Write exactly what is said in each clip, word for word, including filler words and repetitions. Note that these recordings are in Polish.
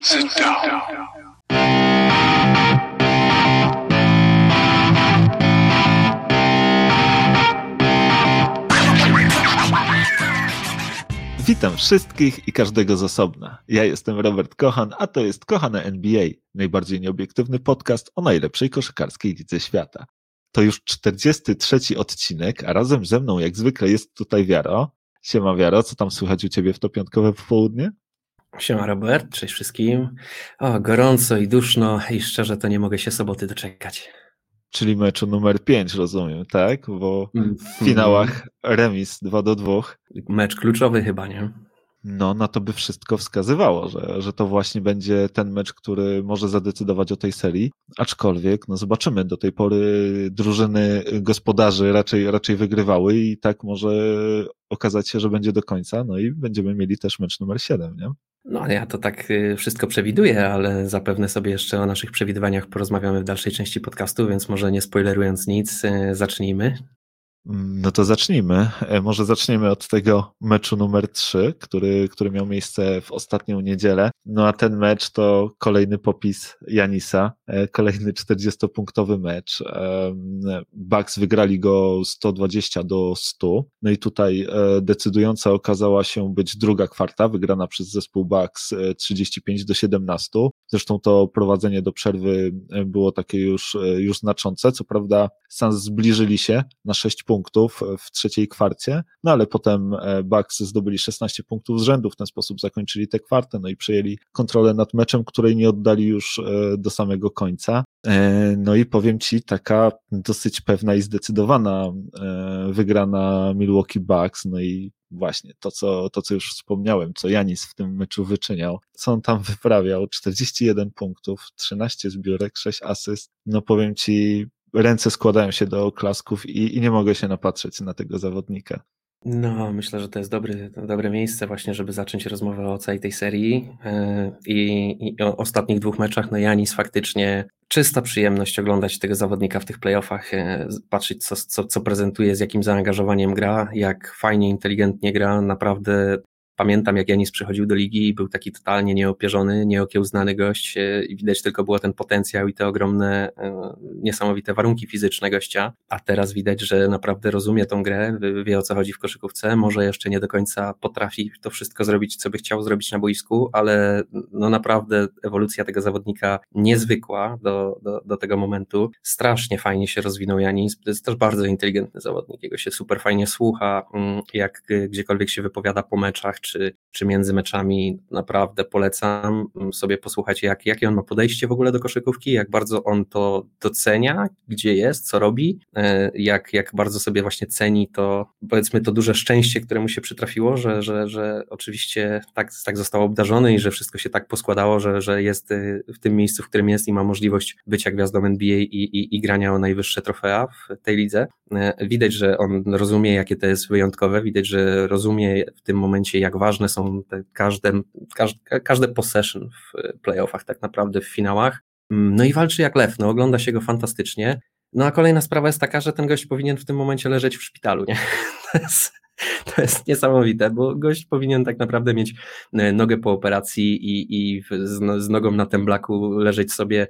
Sit down. Witam wszystkich i każdego z osobna. Ja jestem Robert Kochan, a to jest Kochane N B A, najbardziej nieobiektywny podcast o najlepszej koszykarskiej lidze świata. To już czterdziesty trzeci odcinek, a razem ze mną jak zwykle jest tutaj Wiaro. Siema Wiaro, co tam słychać u ciebie w to piątkowe popołudnie? Siema Robert, cześć wszystkim. O, gorąco i duszno i szczerze to nie mogę się soboty doczekać. Czyli meczu numer pięć, rozumiem, tak? Bo w finałach remis dwa do dwóch. Mecz kluczowy chyba, nie? No, na to by wszystko wskazywało, że, że to właśnie będzie ten mecz, który może zadecydować o tej serii, aczkolwiek no zobaczymy, do tej pory drużyny gospodarzy raczej, raczej wygrywały i tak może okazać się, że będzie do końca, no i będziemy mieli też mecz numer siedem, nie? No ja to tak wszystko przewiduję, ale zapewne sobie jeszcze o naszych przewidywaniach porozmawiamy w dalszej części podcastu, więc może nie spoilerując nic, zacznijmy. No to zacznijmy. Może zaczniemy od tego meczu numer trzy, który, który miał miejsce w ostatnią niedzielę. No a ten mecz to kolejny popis Janisa, kolejny czterdziestopunktowy mecz. Bucks wygrali go sto dwadzieścia do stu. No i tutaj decydująca okazała się być druga kwarta, wygrana przez zespół Bucks trzydzieści pięć do siedemnastu. Zresztą to prowadzenie do przerwy było takie już, już znaczące. Co prawda Suns zbliżyli się na sześć punktów w trzeciej kwarcie, no ale potem Bucks zdobyli szesnaście punktów z rzędu, w ten sposób zakończyli tę kwartę, no i przejęli kontrolę nad meczem, której nie oddali już do samego końca. No i powiem Ci, taka dosyć pewna i zdecydowana wygrana Milwaukee Bucks, no i właśnie to co, to, co już wspomniałem, co Janis w tym meczu wyczyniał, co on tam wyprawiał, czterdzieści jeden punktów, trzynaście zbiórek, sześć asyst, no powiem Ci, ręce składają się do oklasków i, i nie mogę się napatrzeć na tego zawodnika. No, myślę, że to jest dobry, dobre miejsce właśnie, żeby zacząć rozmowę o całej tej serii i, i o ostatnich dwóch meczach. No Janis faktycznie czysta przyjemność oglądać tego zawodnika w tych playoffach, patrzeć co, co, co prezentuje, z jakim zaangażowaniem gra, jak fajnie, inteligentnie gra, naprawdę. Pamiętam, jak Janis przychodził do ligi i był taki totalnie nieopierzony, nieokiełznany gość i widać tylko było ten potencjał i te ogromne, niesamowite warunki fizyczne gościa, a teraz widać, że naprawdę rozumie tą grę, wie o co chodzi w koszykówce, może jeszcze nie do końca potrafi to wszystko zrobić, co by chciał zrobić na boisku, ale no naprawdę ewolucja tego zawodnika niezwykła do, do, do tego momentu. Strasznie fajnie się rozwinął Janis, to jest też bardzo inteligentny zawodnik, jego się super fajnie słucha, jak gdziekolwiek się wypowiada po meczach, czy, czy między meczami, naprawdę polecam sobie posłuchać, jak, jakie on ma podejście w ogóle do koszykówki, jak bardzo on to docenia, gdzie jest, co robi, jak, jak bardzo sobie właśnie ceni to, powiedzmy, to duże szczęście, które mu się przytrafiło, że, że, że oczywiście tak, tak został obdarzony i że wszystko się tak poskładało, że, że jest w tym miejscu, w którym jest i ma możliwość bycia gwiazdą N B A i, i, i grania o najwyższe trofea w tej lidze. Widać, że on rozumie, jakie to jest wyjątkowe, widać, że rozumie w tym momencie, jak ważne są te każde, każde, każde possession w playoffach, tak naprawdę w finałach. No i walczy jak lew, no ogląda się go fantastycznie. No a kolejna sprawa jest taka, że ten gość powinien w tym momencie leżeć w szpitalu, nie? To jest, to jest niesamowite, bo gość powinien tak naprawdę mieć nogę po operacji i, i z, z nogą na temblaku leżeć sobie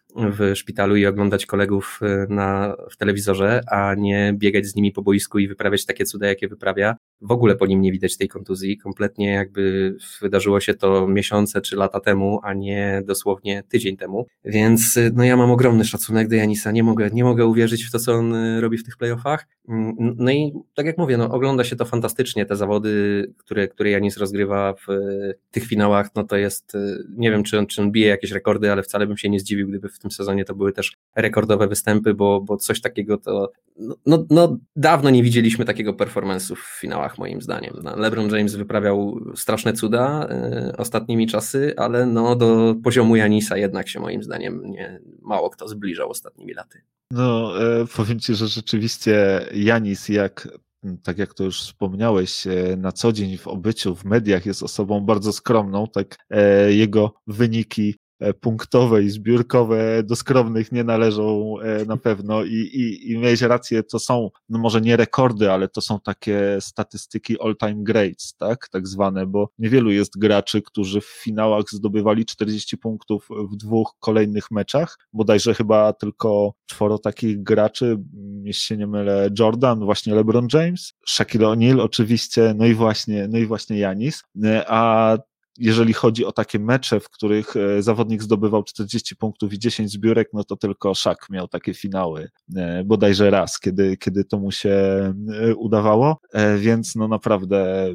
w szpitalu i oglądać kolegów na, w telewizorze, a nie biegać z nimi po boisku i wyprawiać takie cuda, jakie wyprawia. W ogóle po nim nie widać tej kontuzji, kompletnie jakby wydarzyło się to miesiące czy lata temu, a nie dosłownie tydzień temu, więc no ja mam ogromny szacunek do Janisa, nie mogę, nie mogę uwierzyć w to, co on robi w tych playoffach. No i tak jak mówię, no ogląda się to fantastycznie, te zawody, które, które Janis rozgrywa w tych finałach, no to jest, nie wiem czy on, czy on bije jakieś rekordy, ale wcale bym się nie zdziwił, gdyby w tym sezonie to były też rekordowe występy, bo, bo coś takiego to, no, no dawno nie widzieliśmy takiego performance'u w finałach moim zdaniem. No, LeBron James wyprawiał straszne cuda y, ostatnimi czasy, ale no do poziomu Janisa jednak się moim zdaniem nie, mało kto zbliżał ostatnimi laty. No e, powiem Ci, że rzeczywiście Janis, jak tak jak to już wspomniałeś, na co dzień w obyciu, w mediach jest osobą bardzo skromną, tak e, jego wyniki punktowe i zbiórkowe do skromnych nie należą na pewno i, i, i miałeś rację, to są, no może nie rekordy, ale to są takie statystyki all-time greats, tak, tak zwane, bo niewielu jest graczy, którzy w finałach zdobywali czterdzieści punktów w dwóch kolejnych meczach, bodajże chyba tylko czworo takich graczy, jeśli się nie mylę, Jordan, właśnie LeBron James, Shaquille O'Neal oczywiście, no i właśnie, no i właśnie Giannis, a jeżeli chodzi o takie mecze, w których zawodnik zdobywał czterdzieści punktów i dziesięć zbiórek, no to tylko Shaq miał takie finały, bodajże raz, kiedy, kiedy to mu się udawało, więc no naprawdę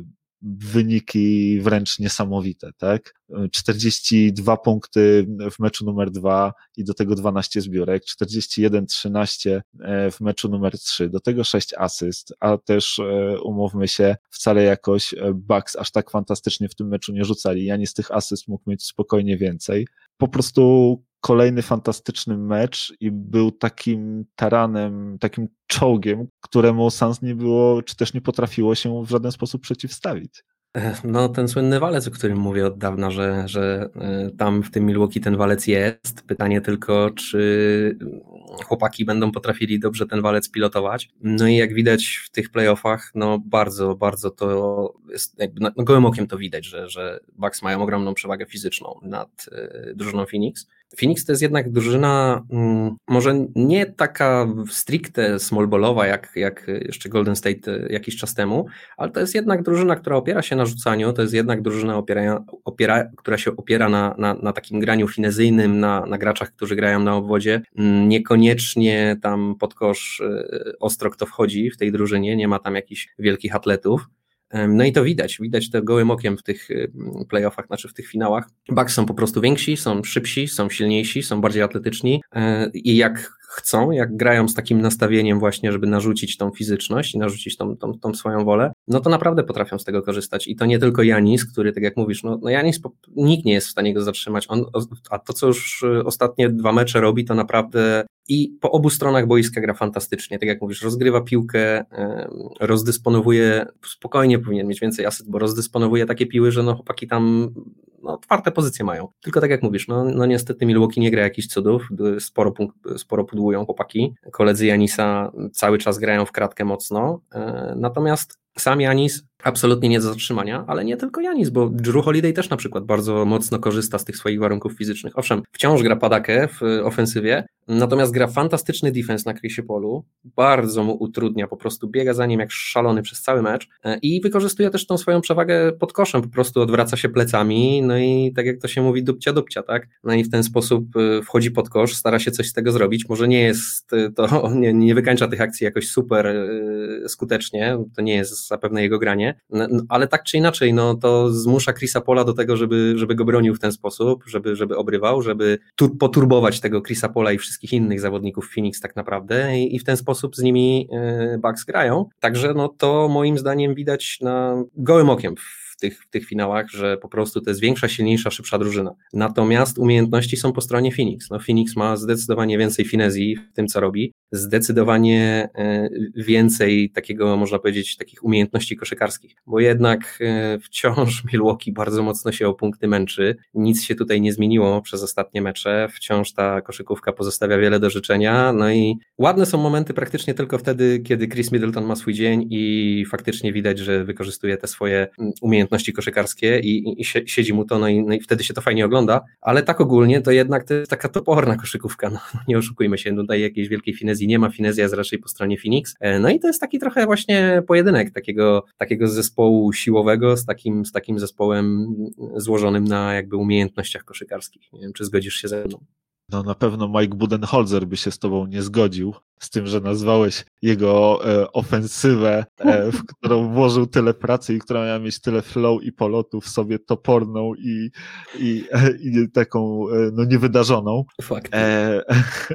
wyniki wręcz niesamowite, tak? czterdzieści dwa punkty w meczu numer dwa i do tego dwanaście zbiórek, czterdzieści jeden trzynaście w meczu numer trzy, do tego sześć asyst, a też umówmy się, wcale jakoś Bucks aż tak fantastycznie w tym meczu nie rzucali. Giannis tych asyst mógł mieć spokojnie więcej. Po prostu kolejny fantastyczny mecz i był takim taranem, takim czołgiem, któremu Suns nie było, czy też nie potrafiło się w żaden sposób przeciwstawić. No ten słynny walec, o którym mówię od dawna, że, że tam w tym Milwaukee ten walec jest. Pytanie tylko, czy chłopaki będą potrafili dobrze ten walec pilotować. No i jak widać w tych playoffach, no bardzo, bardzo to jest, jakby no gołym okiem to widać, że, że Bucks mają ogromną przewagę fizyczną nad drużyną Phoenix. Phoenix to jest jednak drużyna hmm, może nie taka stricte smallballowa jak, jak jeszcze Golden State jakiś czas temu, ale to jest jednak drużyna, która opiera się na rzucaniu, to jest jednak drużyna, opiera, opiera, która się opiera na, na, na takim graniu finezyjnym, na, na graczach, którzy grają na obwodzie. Niekoniecznie tam pod kosz ostro kto wchodzi w tej drużynie, nie ma tam jakichś wielkich atletów. No i to widać, widać to gołym okiem w tych playoffach, znaczy w tych finałach. Bucks są po prostu więksi, są szybsi, są silniejsi, są bardziej atletyczni i jak chcą, jak grają z takim nastawieniem właśnie, żeby narzucić tą fizyczność i narzucić tą, tą, tą swoją wolę, no to naprawdę potrafią z tego korzystać i to nie tylko Giannis, który tak jak mówisz, no, no Giannis, nikt nie jest w stanie go zatrzymać, on, a to co już ostatnie dwa mecze robi, to naprawdę i po obu stronach boiska gra fantastycznie, tak jak mówisz, rozgrywa piłkę, rozdysponowuje, spokojnie powinien mieć więcej asyst, bo rozdysponowuje takie piły, że no chłopaki tam no, otwarte pozycje mają, tylko tak jak mówisz, no, no niestety Milwaukee nie gra jakichś cudów, sporo, punkt, sporo pudłują chłopaki, koledzy Giannisa cały czas grają w kratkę mocno, natomiast sam Giannis absolutnie nie do zatrzymania, ale nie tylko Giannis, bo Jrue Holiday też na przykład bardzo mocno korzysta z tych swoich warunków fizycznych. Owszem, wciąż gra padakę w ofensywie, natomiast gra fantastyczny defense na Chrisie Paulu, bardzo mu utrudnia, po prostu biega za nim jak szalony przez cały mecz i wykorzystuje też tą swoją przewagę pod koszem, po prostu odwraca się plecami, no i tak jak to się mówi, dupcia dupcia, tak? No i w ten sposób wchodzi pod kosz, stara się coś z tego zrobić, może nie jest to, nie, nie wykańcza tych akcji jakoś super skutecznie, to nie jest zapewne jego granie, no, ale tak czy inaczej, no to zmusza Chrisa Paula do tego, żeby, żeby go bronił w ten sposób, żeby, żeby obrywał, żeby tur- poturbować tego Chrisa Paula i wszystkich innych zawodników Phoenix tak naprawdę i, i w ten sposób z nimi y, Bucks grają, także no to moim zdaniem widać na gołym okiem w tych, w tych finałach, że po prostu to jest większa, silniejsza, szybsza drużyna. Natomiast umiejętności są po stronie Phoenix. No Phoenix ma zdecydowanie więcej finezji w tym, co robi, zdecydowanie więcej takiego, można powiedzieć, takich umiejętności koszykarskich, bo jednak wciąż Milwaukee bardzo mocno się o punkty męczy, nic się tutaj nie zmieniło przez ostatnie mecze, wciąż ta koszykówka pozostawia wiele do życzenia, no i ładne są momenty praktycznie tylko wtedy, kiedy Chris Middleton ma swój dzień i faktycznie widać, że wykorzystuje te swoje umiejętności koszykarskie i, i, i siedzi mu to, no i, no i wtedy się to fajnie ogląda, ale tak ogólnie to jednak to jest taka toporna koszykówka, no, nie oszukujmy się, tutaj jakiejś wielkiej finezji nie ma, finezja jest raczej po stronie Phoenix, no i to jest taki trochę właśnie pojedynek takiego, takiego zespołu siłowego z takim, z takim zespołem złożonym na jakby umiejętnościach koszykarskich, nie wiem, czy zgodzisz się ze mną. No na pewno Mike Budenholzer by się z tobą nie zgodził z tym, że nazwałeś jego e, ofensywę, e, w którą włożył tyle pracy i która miała mieć tyle flow i polotu w sobie toporną i, i, e, i taką e, no niewydarzoną. Fakt. E,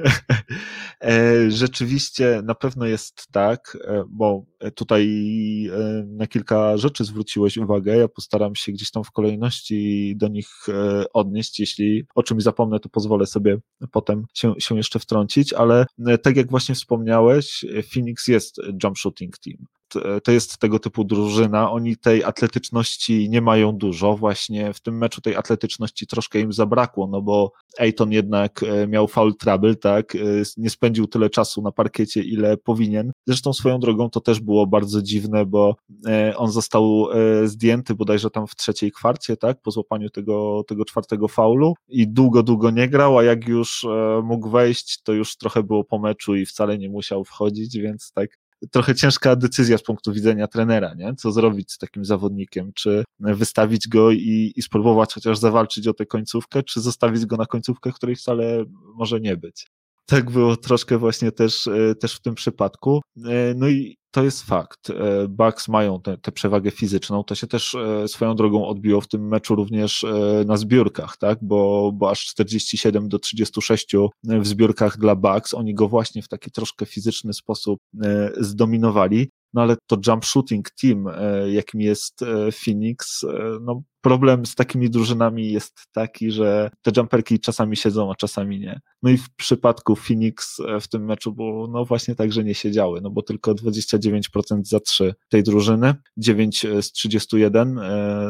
e, rzeczywiście na pewno jest tak, e, bo tutaj e, na kilka rzeczy zwróciłeś uwagę, ja postaram się gdzieś tam w kolejności do nich e, odnieść, jeśli o czymś zapomnę, to pozwolę sobie potem się, się jeszcze wtrącić, ale tak jak właśnie wspomniałeś, Phoenix jest jump shooting team. to jest tego typu drużyna, oni tej atletyczności nie mają dużo, właśnie w tym meczu tej atletyczności troszkę im zabrakło, no bo Ayton jednak miał foul trouble, tak, nie spędził tyle czasu na parkiecie, ile powinien. Zresztą swoją drogą to też było bardzo dziwne, bo on został zdjęty bodajże tam w trzeciej kwarcie, tak, po złapaniu tego, tego czwartego faulu i długo, długo nie grał, a jak już mógł wejść, to już trochę było po meczu i wcale nie musiał wchodzić, więc tak trochę ciężka decyzja z punktu widzenia trenera, nie? Co zrobić z takim zawodnikiem, czy wystawić go i, i spróbować chociaż zawalczyć o tę końcówkę, czy zostawić go na końcówkę, której wcale może nie być. Tak było troszkę właśnie też, też w tym przypadku. No i to jest fakt. Bucks mają tę przewagę fizyczną, to się też swoją drogą odbiło w tym meczu również na zbiórkach, tak? Bo, bo aż czterdzieści siedem do trzydziestu sześciu w zbiórkach dla Bucks, oni go właśnie w taki troszkę fizyczny sposób zdominowali. No ale to jump shooting team, jakim jest Phoenix, no problem z takimi drużynami jest taki, że te jumperki czasami siedzą, a czasami nie. No i w przypadku Phoenix w tym meczu było no właśnie tak, że nie siedziały, no bo tylko dwadzieścia dziewięć procent za trzy tej drużyny, dziewięć z trzydziestu jeden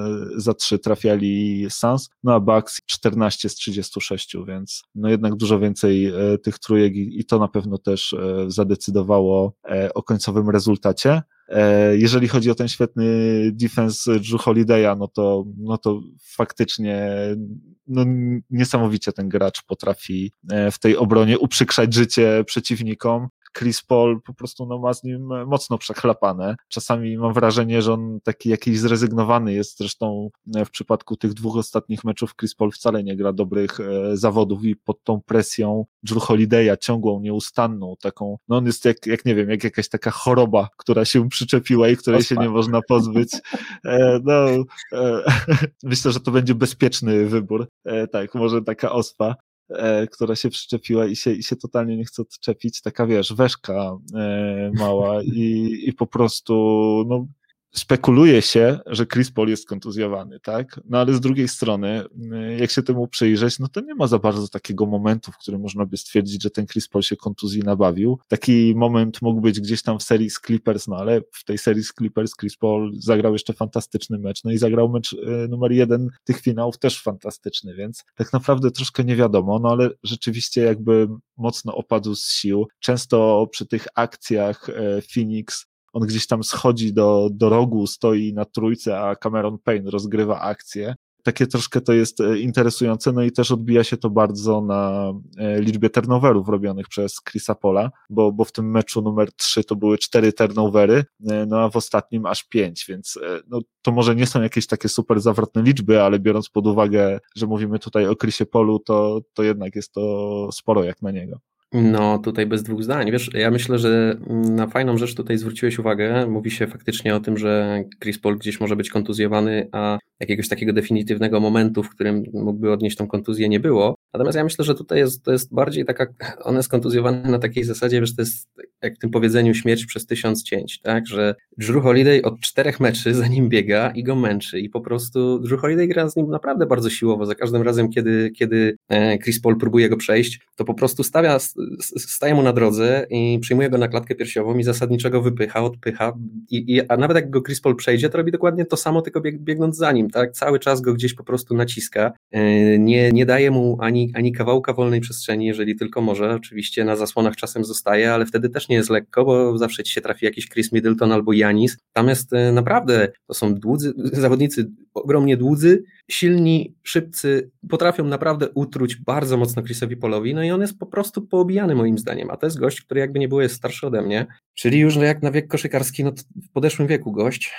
za trzy trafiali Suns, no a Bucks czternaście z trzydziestu sześciu, więc no jednak dużo więcej tych trójek i to na pewno też zadecydowało o końcowym rezultacie. Jeżeli chodzi o ten świetny defense Jrue Holiday'a, no to, no to faktycznie no niesamowicie ten gracz potrafi w tej obronie uprzykrzać życie przeciwnikom. Chris Paul po prostu no, ma z nim mocno przechlapane. Czasami mam wrażenie, że on taki jakiś zrezygnowany jest. Zresztą w przypadku tych dwóch ostatnich meczów Chris Paul wcale nie gra dobrych e, zawodów i pod tą presją Jrue Holiday'a ciągłą, nieustanną, taką, no on jest jak, jak nie wiem, jak jakaś taka choroba, która się przyczepiła i której Ospa. się nie można pozbyć. E, no, e, myślę, że to będzie bezpieczny wybór. E, tak, może taka ospa. E, która się przyczepiła i się, i się totalnie nie chce odczepić, taka wiesz, weszka e, mała i, i po prostu no, spekuluje się, że Chris Paul jest kontuzjowany, tak? No ale z drugiej strony, jak się temu przyjrzeć, no to nie ma za bardzo takiego momentu, w którym można by stwierdzić, że ten Chris Paul się kontuzji nabawił. Taki moment mógł być gdzieś tam w serii z Clippers, no ale w tej serii z Clippers Chris Paul zagrał jeszcze fantastyczny mecz, no i zagrał mecz numer jeden tych finałów też fantastyczny, więc tak naprawdę troszkę nie wiadomo, no ale rzeczywiście jakby mocno opadł z sił. Często przy tych akcjach Phoenix on gdzieś tam schodzi do, do rogu, stoi na trójce, a Cameron Payne rozgrywa akcję. Takie troszkę to jest interesujące, no i też odbija się to bardzo na liczbie turnoverów robionych przez Chrisa Paula, bo, bo w tym meczu numer trzy to były cztery turnovery, no a w ostatnim aż pięć, więc no, to może nie są jakieś takie super zawrotne liczby, ale biorąc pod uwagę, że mówimy tutaj o Chrisie Paulu, to, to jednak jest to sporo jak na niego. No tutaj bez dwóch zdań. Wiesz, ja myślę, że na fajną rzecz tutaj zwróciłeś uwagę. Mówi się faktycznie o tym, że Chris Paul gdzieś może być kontuzjowany, a jakiegoś takiego definitywnego momentu, w którym mógłby odnieść tą kontuzję, nie było. Natomiast ja myślę, że tutaj jest, to jest bardziej taka, on jest kontuzjowany na takiej zasadzie, wiesz, to jest jak w tym powiedzeniu śmierć przez tysiąc cięć, tak, że Jrue Holiday od czterech meczy za nim biega i go męczy i po prostu Jrue Holiday gra z nim naprawdę bardzo siłowo, za każdym razem, kiedy, kiedy Chris Paul próbuje go przejść, to po prostu stawia, staje mu na drodze i przyjmuje go na klatkę piersiową i zasadniczego wypycha, odpycha, i, i, a nawet jak go Chris Paul przejdzie, to robi dokładnie to samo, tylko bieg, biegnąc za nim, tak, cały czas go gdzieś po prostu naciska, nie, nie daje mu ani, ani kawałka wolnej przestrzeni, jeżeli tylko może, oczywiście na zasłonach czasem zostaje, ale wtedy też nie jest lekko, bo zawsze ci się trafi jakiś Chris Middleton albo Giannis, tam jest naprawdę, to są dłudzy, zawodnicy ogromnie dłudzy, silni, szybcy, potrafią naprawdę utruć bardzo mocno Chrisowi Paulowi, no i on jest po prostu poobijany moim zdaniem, a to jest gość, który jakby nie było jest starszy ode mnie, czyli już jak na wiek koszykarski, no w podeszłym wieku gość,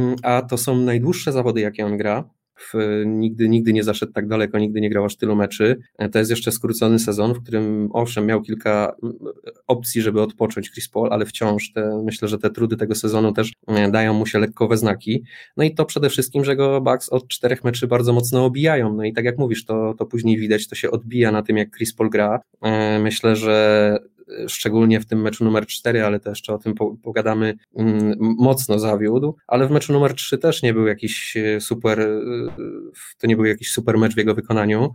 a to są najdłuższe zawody, jakie on gra. W, nigdy, nigdy nie zaszedł tak daleko, nigdy nie grał aż tylu meczy. To jest jeszcze skrócony sezon, w którym owszem miał kilka opcji, żeby odpocząć Chris Paul, ale wciąż te, myślę, że te trudy tego sezonu też dają mu się lekko we znaki. No i to przede wszystkim, że go Bucks od czterech meczy bardzo mocno obijają. No i tak jak mówisz, to, to później widać, to się odbija na tym, jak Chris Paul gra. Myślę, że szczególnie w tym meczu numer cztery, ale to jeszcze o tym pogadamy, mocno zawiódł, ale w meczu numer trzy też nie był jakiś super, to nie był jakiś super mecz w jego wykonaniu,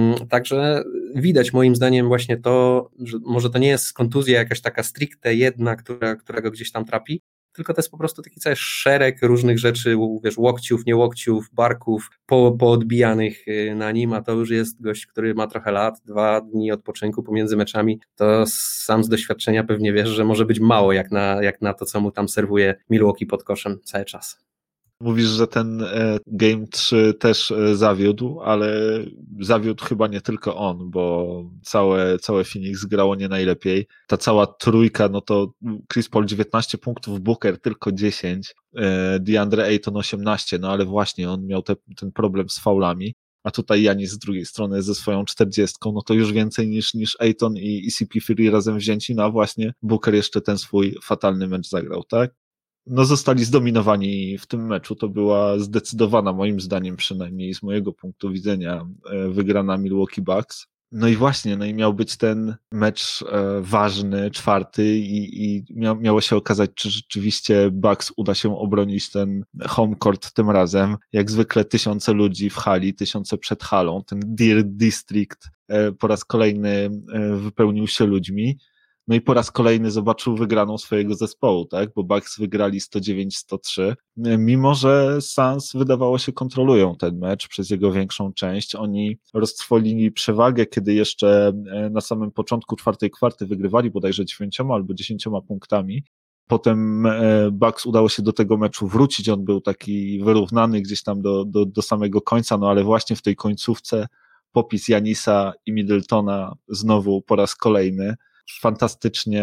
także widać moim zdaniem właśnie to, że może to nie jest kontuzja jakaś taka stricte jedna, która, która go gdzieś tam trapi, tylko to jest po prostu taki cały szereg różnych rzeczy, wiesz, łokciów, nie łokciów, barków po, poodbijanych na nim, a to już jest gość, który ma trochę lat, dwa dni odpoczynku pomiędzy meczami, to sam z doświadczenia pewnie wiesz, że może być mało jak na, jak na to, co mu tam serwuje Milwaukee pod koszem cały czas. Mówisz, że ten Game trzy też zawiódł, ale zawiódł chyba nie tylko on, bo całe, całe Phoenix grało nie najlepiej. Ta cała trójka, no to Chris Paul dziewiętnaście punktów, Booker tylko dziesięć, DeAndre Ayton osiemnaście, no ale właśnie on miał te, ten problem z faulami, a tutaj Giannis z drugiej strony ze swoją czterdziestką, no to już więcej niż, niż Ayton i, i C P trzy razem wzięci, no a właśnie Booker jeszcze ten swój fatalny mecz zagrał, tak? No zostali zdominowani w tym meczu, to była zdecydowana, moim zdaniem przynajmniej z mojego punktu widzenia, wygrana Milwaukee Bucks. No i właśnie, no i miał być ten mecz ważny, czwarty i, i miał, miało się okazać, czy rzeczywiście Bucks uda się obronić ten home court tym razem. Jak zwykle tysiące ludzi w hali, tysiące przed halą, ten Deer District po raz kolejny wypełnił się ludźmi. No i po raz kolejny zobaczył wygraną swojego zespołu, tak? Bo Bucks wygrali sto dziewięć sto trzy, mimo że Suns wydawało się kontrolują ten mecz przez jego większą część. Oni roztrwolili przewagę, kiedy jeszcze na samym początku czwartej kwarty wygrywali bodajże dziewięcioma albo dziesięcioma punktami. Potem Bucks udało się do tego meczu wrócić, on był taki wyrównany gdzieś tam do, do, do samego końca, no ale właśnie w tej końcówce popis Giannisa i Middletona znowu po raz kolejny fantastycznie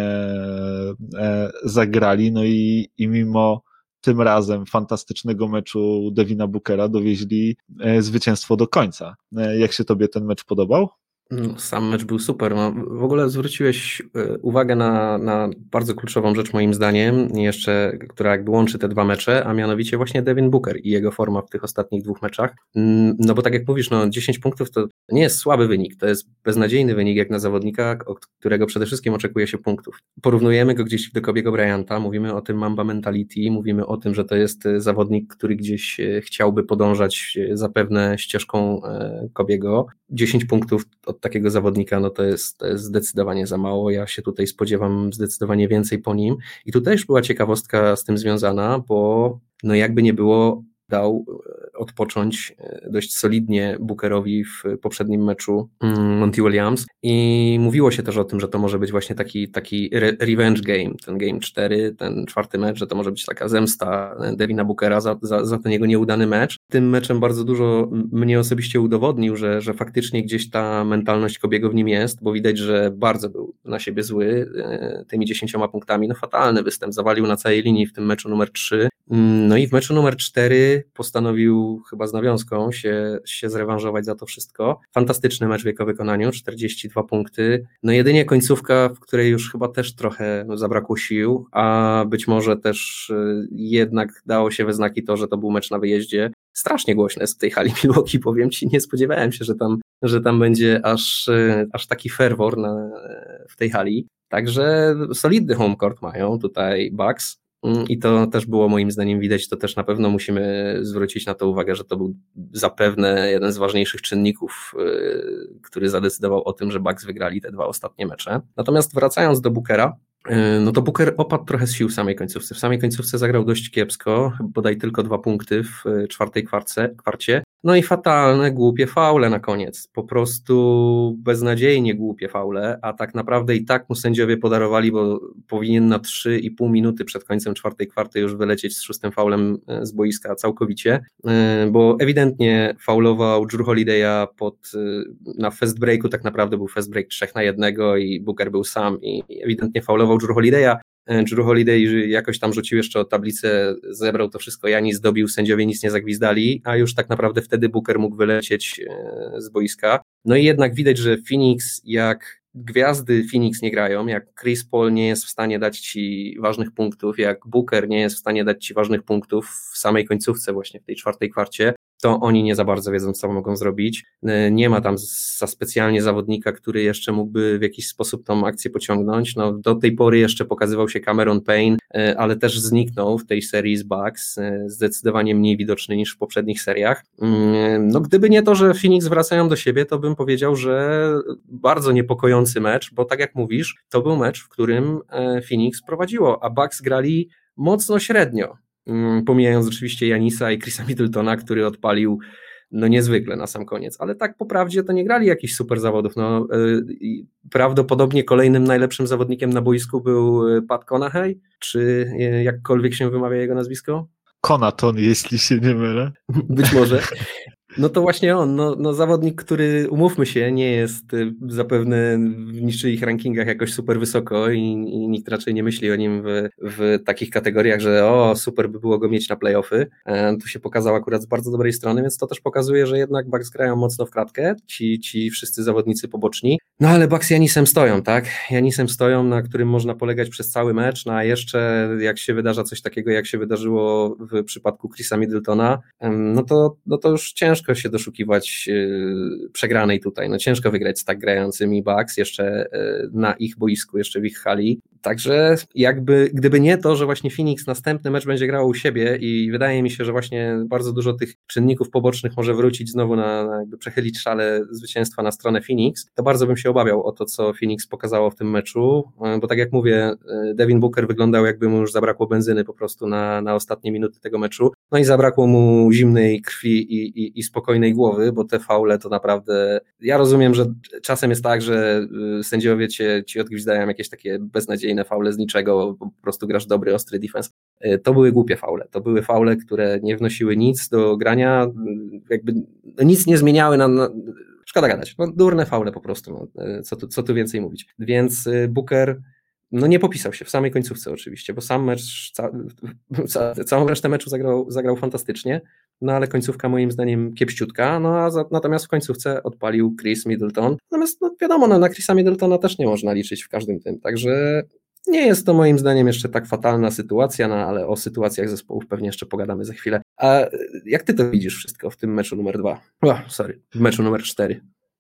e, zagrali, no i, i mimo tym razem fantastycznego meczu Devina Bookera dowieźli e, zwycięstwo do końca. E, jak się tobie ten mecz podobał? Sam mecz był super. No, w ogóle zwróciłeś uwagę na, na bardzo kluczową rzecz moim zdaniem, jeszcze, która jakby łączy te dwa mecze, a mianowicie właśnie Devin Booker i jego forma w tych ostatnich dwóch meczach. No bo tak jak mówisz, no dziesięć punktów to nie jest słaby wynik, to jest beznadziejny wynik jak na zawodnika, od którego przede wszystkim oczekuje się punktów. Porównujemy go gdzieś do Kobiego Bryanta, mówimy o tym Mamba mentality, mówimy o tym, że to jest zawodnik, który gdzieś chciałby podążać zapewne ścieżką Kobiego. dziesięć punktów od takiego zawodnika, no to jest, to jest zdecydowanie za mało. Ja się tutaj spodziewam zdecydowanie więcej po nim. I tu też była ciekawostka z tym związana, bo no jakby nie było, dał odpocząć dość solidnie Bookerowi w poprzednim meczu Monty Williams i mówiło się też o tym, że to może być właśnie taki, taki re- revenge game, ten game cztery, ten czwarty mecz, że to może być taka zemsta Devina Bookera za, za, za ten jego nieudany mecz. Tym meczem bardzo dużo mnie osobiście udowodnił, że, że faktycznie gdzieś ta mentalność Kobiego w nim jest, bo widać, że bardzo był na siebie zły tymi dziesięcioma punktami, no fatalny występ, zawalił na całej linii w tym meczu numer trzy. No i w meczu numer cztery postanowił chyba z nawiązką się, się zrewanżować za to wszystko. Fantastyczny mecz w jego wykonaniu, czterdzieści dwa punkty. No jedynie końcówka, w której już chyba też trochę zabrakło sił, a być może też jednak dało się we znaki to, że to był mecz na wyjeździe. Strasznie głośne jest w tej hali Milwaukee, powiem ci, nie spodziewałem się, że tam, że tam będzie aż, aż taki ferwor na, w tej hali. Także solidny home court mają tutaj Bucks. I to też było moim zdaniem widać, to też na pewno musimy zwrócić na to uwagę, że to był zapewne jeden z ważniejszych czynników, który zadecydował o tym, że Bucks wygrali te dwa ostatnie mecze. Natomiast wracając do Bookera, no to Booker opadł trochę z sił w samej końcówce. W samej końcówce zagrał dość kiepsko, bodaj tylko dwa punkty w czwartej kwarcie, kwarcie. No i fatalne, głupie faule na koniec. Po prostu beznadziejnie głupie faule, a tak naprawdę i tak mu sędziowie podarowali, bo powinien na trzy i pół minuty przed końcem czwartej kwarty już wylecieć z szóstym faulem z boiska całkowicie, bo ewidentnie faulował Jrue Holiday'a pod, na fast breaku, tak naprawdę był fast break trzech na jednego i Booker był sam i ewidentnie faulował Jrue Holiday'a. Jrue Holiday jakoś tam rzucił jeszcze o tablicę, zebrał to wszystko, Giannis zdobił, sędziowie nic nie zagwizdali, a już tak naprawdę wtedy Booker mógł wylecieć z boiska. No i jednak widać, że Phoenix, jak gwiazdy Phoenix nie grają, jak Chris Paul nie jest w stanie dać ci ważnych punktów, jak Booker nie jest w stanie dać ci ważnych punktów w samej końcówce właśnie w tej czwartej kwarcie, to oni nie za bardzo wiedzą, co mogą zrobić. Nie ma tam za specjalnie zawodnika, który jeszcze mógłby w jakiś sposób tą akcję pociągnąć. No, do tej pory jeszcze pokazywał się Cameron Payne, ale też zniknął w tej serii z Bucks, zdecydowanie mniej widoczny niż w poprzednich seriach. No, gdyby nie to, że Phoenix wracają do siebie, to bym powiedział, że bardzo niepokojący mecz, bo tak jak mówisz, to był mecz, w którym Phoenix prowadziło, a Bucks grali mocno średnio, pomijając oczywiście Janisa i Chrisa Middletona, który odpalił no niezwykle na sam koniec, ale tak po prawdzie to nie grali jakichś super zawodów. No, yy, prawdopodobnie kolejnym najlepszym zawodnikiem na boisku był Pat Connaughey, czy yy, jakkolwiek się wymawia jego nazwisko? Conaton, jeśli się nie mylę. Być może. No to właśnie on, no, no zawodnik, który, umówmy się, nie jest zapewne w niższych rankingach jakoś super wysoko i, i nikt raczej nie myśli o nim w, w takich kategoriach, że o, super by było go mieć na playoffy. E, tu się pokazał akurat z bardzo dobrej strony, więc to też pokazuje, że jednak Bucks grają mocno w kratkę, ci, ci wszyscy zawodnicy poboczni. No ale Bucks Janisem stoją, tak? Janisem stoją, na którym można polegać przez cały mecz, no a jeszcze jak się wydarza coś takiego, jak się wydarzyło w przypadku Chrisa Middletona, no to, no to już ciężko się doszukiwać yy, przegranej tutaj, no ciężko wygrać z tak grającymi Bucks jeszcze yy, na ich boisku, jeszcze w ich hali, także jakby, gdyby nie to, że właśnie Phoenix następny mecz będzie grało u siebie i wydaje mi się, że właśnie bardzo dużo tych czynników pobocznych może wrócić znowu na, na jakby przechylić szale zwycięstwa na stronę Phoenix, to bardzo bym się obawiał o to, co Phoenix pokazało w tym meczu, yy, bo tak jak mówię, yy, Devin Booker wyglądał, jakby mu już zabrakło benzyny po prostu na, na ostatnie minuty tego meczu, no i zabrakło mu zimnej krwi i, i, i spokojnej głowy, bo te faule to naprawdę, ja rozumiem, że czasem jest tak, że sędziowie cię, ci odgwizdają jakieś takie beznadziejne faule z niczego, po prostu grasz dobry, ostry defense. To były głupie faule, to były faule, które nie wnosiły nic do grania, jakby no nic nie zmieniały na, na szkoda gadać, no durne faule po prostu, no, co, tu, co tu więcej mówić, więc Booker no nie popisał się w samej końcówce oczywiście, bo sam mecz, ca, ca, całą resztę meczu zagrał, zagrał fantastycznie, no ale końcówka moim zdaniem kiepściutka, no a za, natomiast w końcówce odpalił Chris Middleton, natomiast no wiadomo, no, na Chrisa Middletona też nie można liczyć w każdym tym, także nie jest to moim zdaniem jeszcze tak fatalna sytuacja, no ale o sytuacjach zespołów pewnie jeszcze pogadamy za chwilę. A jak ty to widzisz wszystko w tym meczu numer dwa? O, sorry, w meczu numer cztery.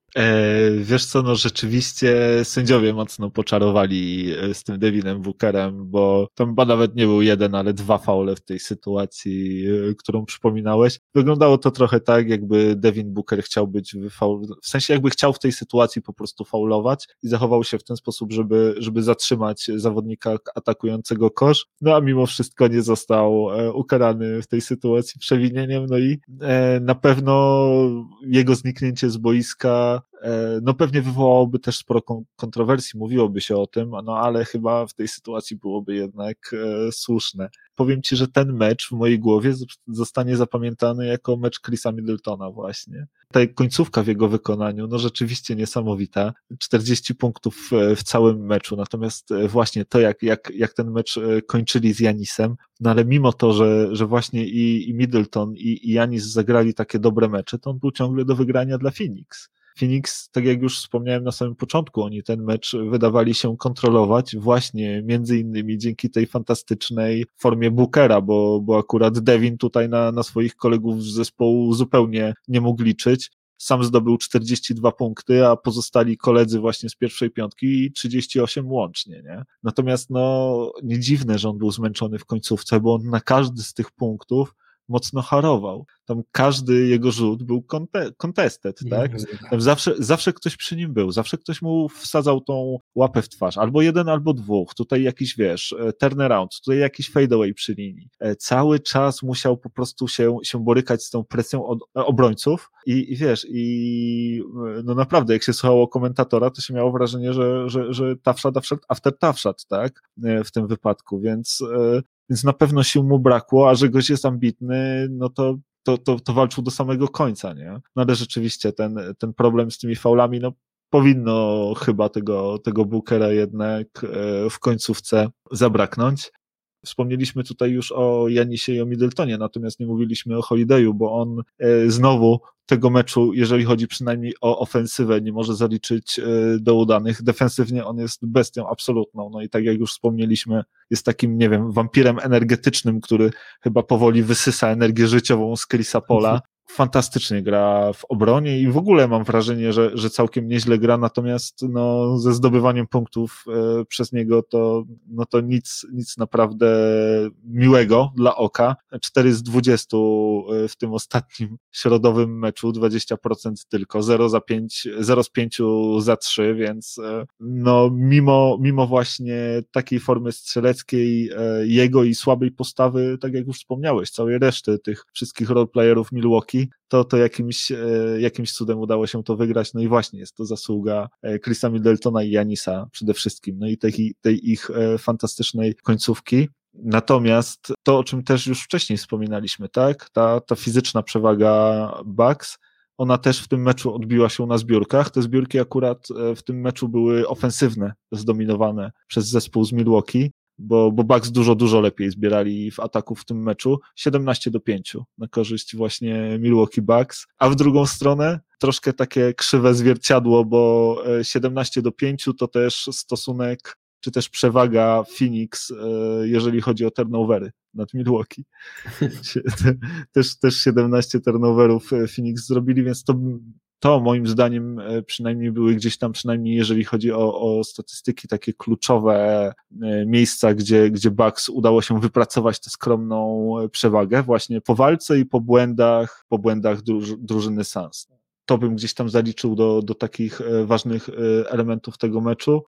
E, wiesz co, no rzeczywiście sędziowie mocno poczarowali z tym Devinem Bookerem, bo tam chyba nawet nie był jeden, ale dwa faule w tej sytuacji, którą przypominałeś. Wyglądało to trochę tak, jakby Devin Booker chciał być wyfaul... w sensie jakby chciał w tej sytuacji po prostu faulować i zachował się w ten sposób, żeby, żeby zatrzymać zawodnika atakującego kosz, no a mimo wszystko nie został ukarany w tej sytuacji przewinieniem, no i na pewno jego zniknięcie z boiska no pewnie wywołałoby też sporo kontrowersji, mówiłoby się o tym, no ale chyba w tej sytuacji byłoby jednak e, słuszne. Powiem ci, że ten mecz w mojej głowie zostanie zapamiętany jako mecz Chrisa Middletona właśnie. Ta końcówka w jego wykonaniu, no rzeczywiście niesamowita. czterdzieści punktów w całym meczu, natomiast właśnie to, jak, jak, jak ten mecz kończyli z Janisem, no ale mimo to, że, że właśnie i, i Middleton i, i Janis zagrali takie dobre mecze, to on był ciągle do wygrania dla Phoenix. Phoenix, tak jak już wspomniałem na samym początku, oni ten mecz wydawali się kontrolować właśnie między innymi dzięki tej fantastycznej formie Bookera, bo, bo akurat Devin tutaj na, na swoich kolegów z zespołu zupełnie nie mógł liczyć. Sam zdobył czterdzieści dwa punkty, a pozostali koledzy właśnie z pierwszej piątki trzydzieści osiem łącznie, nie? Natomiast no nie dziwne, że on był zmęczony w końcówce, bo on na każdy z tych punktów mocno harował. Tam każdy jego rzut był contested, tak? Tam zawsze, zawsze ktoś przy nim był, zawsze ktoś mu wsadzał tą łapę w twarz, albo jeden, albo dwóch, tutaj jakiś, wiesz, turnaround, tutaj jakiś fadeaway przy linii. Cały czas musiał po prostu się, się borykać z tą presją od obrońców i, i wiesz, i no naprawdę, jak się słuchało komentatora, to się miało wrażenie, że, że, że tough shot after tough shot, tak? W tym wypadku, więc Więc na pewno sił mu brakło, a że gość jest ambitny, no to, to, to, to walczył do samego końca, nie? No ale rzeczywiście ten, ten problem z tymi faulami, no powinno chyba tego, tego Bookera jednak w końcówce zabraknąć. Wspomnieliśmy tutaj już o Janisie i o Middletonie, natomiast nie mówiliśmy o Holidayu, bo on e, znowu tego meczu, jeżeli chodzi przynajmniej o ofensywę, nie może zaliczyć e, do udanych. Defensywnie on jest bestią absolutną, no i tak jak już wspomnieliśmy, jest takim, nie wiem, wampirem energetycznym, który chyba powoli wysysa energię życiową z Chrisa Paula. fantastycznie gra w obronie i w ogóle mam wrażenie, że, że całkiem nieźle gra, natomiast no, ze zdobywaniem punktów e, przez niego to, no to nic, nic naprawdę miłego dla oka. cztery z dwudziestu w tym ostatnim środowym meczu, dwadzieścia procent tylko, zero za pięć, zero z pięciu za trzy, więc e, no mimo, mimo właśnie takiej formy strzeleckiej e, jego i słabej postawy, tak jak już wspomniałeś, całej reszty tych wszystkich roleplayerów Milwaukee, to, to jakimś, e, jakimś cudem udało się to wygrać, no i właśnie jest to zasługa e, Chrisa Middletona i Janisa przede wszystkim, no i tej, tej ich e, fantastycznej końcówki. Natomiast to, o czym też już wcześniej wspominaliśmy, tak, ta, ta fizyczna przewaga Bucks, ona też w tym meczu odbiła się na zbiórkach. Te zbiórki akurat w tym meczu były ofensywne, zdominowane przez zespół z Milwaukee, bo, bo Bucks dużo, dużo lepiej zbierali w ataku w tym meczu, siedemnaście do pięciu na korzyść właśnie Milwaukee Bucks, a w drugą stronę troszkę takie krzywe zwierciadło, bo siedemnaście do pięciu to też stosunek, czy też przewaga Phoenix, jeżeli chodzi o turnovery nad Milwaukee. Też, też siedemnaście turnoverów Phoenix zrobili, więc to, to moim zdaniem przynajmniej były gdzieś tam, przynajmniej jeżeli chodzi o, o statystyki, takie kluczowe miejsca, gdzie, gdzie Bucks udało się wypracować tę skromną przewagę właśnie po walce i po błędach, po błędach druż, drużyny Suns. To bym gdzieś tam zaliczył do, do takich ważnych elementów tego meczu.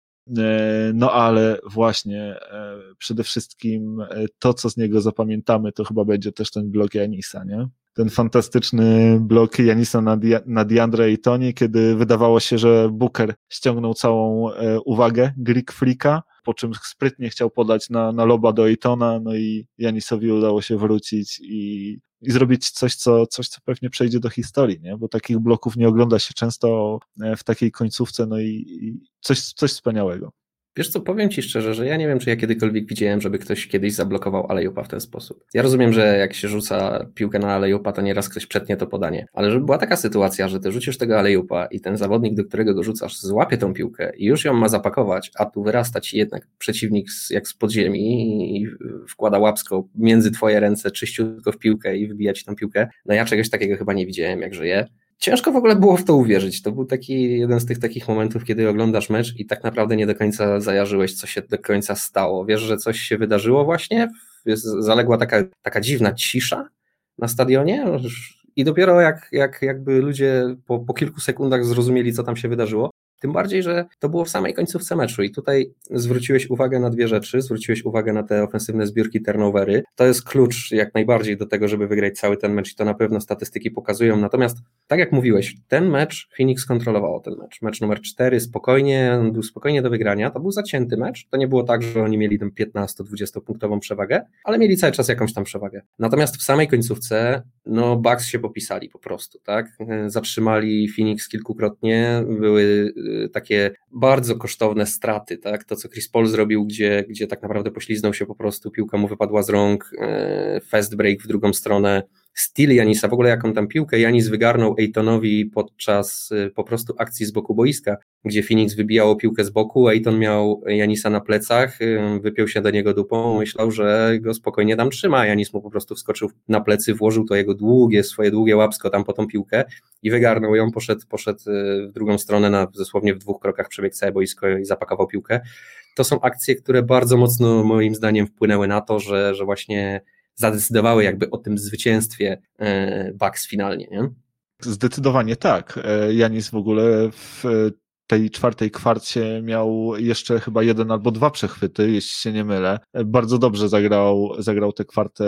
No ale właśnie przede wszystkim to, co z niego zapamiętamy, to chyba będzie też ten blok Janisa, nie? Ten fantastyczny blok Janisa na, Di- na DeAndre Aytonie, kiedy wydawało się, że Booker ściągnął całą uwagę Greek Freaka, po czym sprytnie chciał podać na, na loba do Aytona, no i Janisowi udało się wrócić i, i zrobić coś co, coś, co pewnie przejdzie do historii, nie? Bo takich bloków nie ogląda się często w takiej końcówce, no i, i coś, coś wspaniałego. Wiesz co, powiem Ci szczerze, że ja nie wiem, czy ja kiedykolwiek widziałem, żeby ktoś kiedyś zablokował alley-oopa w ten sposób. Ja rozumiem, że jak się rzuca piłkę na alley-oopa, to nieraz ktoś przetnie to podanie, ale żeby była taka sytuacja, że Ty rzucisz tego alley-oopa i ten zawodnik, do którego go rzucasz, złapie tą piłkę i już ją ma zapakować, a tu wyrasta Ci jednak przeciwnik z, jak z podziemi i wkłada łapsko między Twoje ręce czyściutko w piłkę i wybija Ci tą piłkę, no ja czegoś takiego chyba nie widziałem, jak żyję. Ciężko w ogóle było w to uwierzyć. To był taki jeden z tych takich momentów, kiedy oglądasz mecz i tak naprawdę nie do końca zajarzyłeś, co się do końca stało. Wiesz, że coś się wydarzyło właśnie? Jest, zaległa taka, taka dziwna cisza na stadionie i dopiero jak, jak jakby ludzie po, po kilku sekundach zrozumieli, co tam się wydarzyło. Tym bardziej, że to było w samej końcówce meczu i tutaj zwróciłeś uwagę na dwie rzeczy, zwróciłeś uwagę na te ofensywne zbiórki, turnovery. To jest klucz jak najbardziej do tego, żeby wygrać cały ten mecz i to na pewno statystyki pokazują. Natomiast tak jak mówiłeś, ten mecz Phoenix kontrolowało ten mecz. Mecz numer cztery spokojnie, on był spokojnie do wygrania. To był zacięty mecz. To nie było tak, że oni mieli tam piętnasto-dwudziestopunktową przewagę, ale mieli cały czas jakąś tam przewagę. Natomiast w samej końcówce no Bucks się popisali po prostu, tak? Zatrzymali Phoenix kilkukrotnie, były takie bardzo kosztowne straty, tak? To co Chris Paul zrobił, gdzie, gdzie tak naprawdę pośliznął się po prostu, piłka mu wypadła z rąk, fast break w drugą stronę, steal Janisa, w ogóle jaką tam piłkę Janis wygarnął Aytonowi podczas po prostu akcji z boku boiska, gdzie Phoenix wybijało piłkę z boku, Ayton miał Janisa na plecach, wypiął się do niego dupą, myślał, że go spokojnie tam trzyma, Janis mu po prostu wskoczył na plecy, włożył to jego długie, swoje długie łapsko tam po tą piłkę i wygarnął ją, poszedł, poszedł w drugą stronę, na dosłownie w dwóch krokach przebiegł całe boisko i zapakował piłkę. To są akcje, które bardzo mocno moim zdaniem wpłynęły na to, że, że właśnie zadecydowały jakby o tym zwycięstwie Bucks finalnie, nie? Zdecydowanie tak. Janis w ogóle w tej czwartej kwarcie miał jeszcze chyba jeden albo dwa przechwyty, jeśli się nie mylę. Bardzo dobrze zagrał, zagrał tę kwartę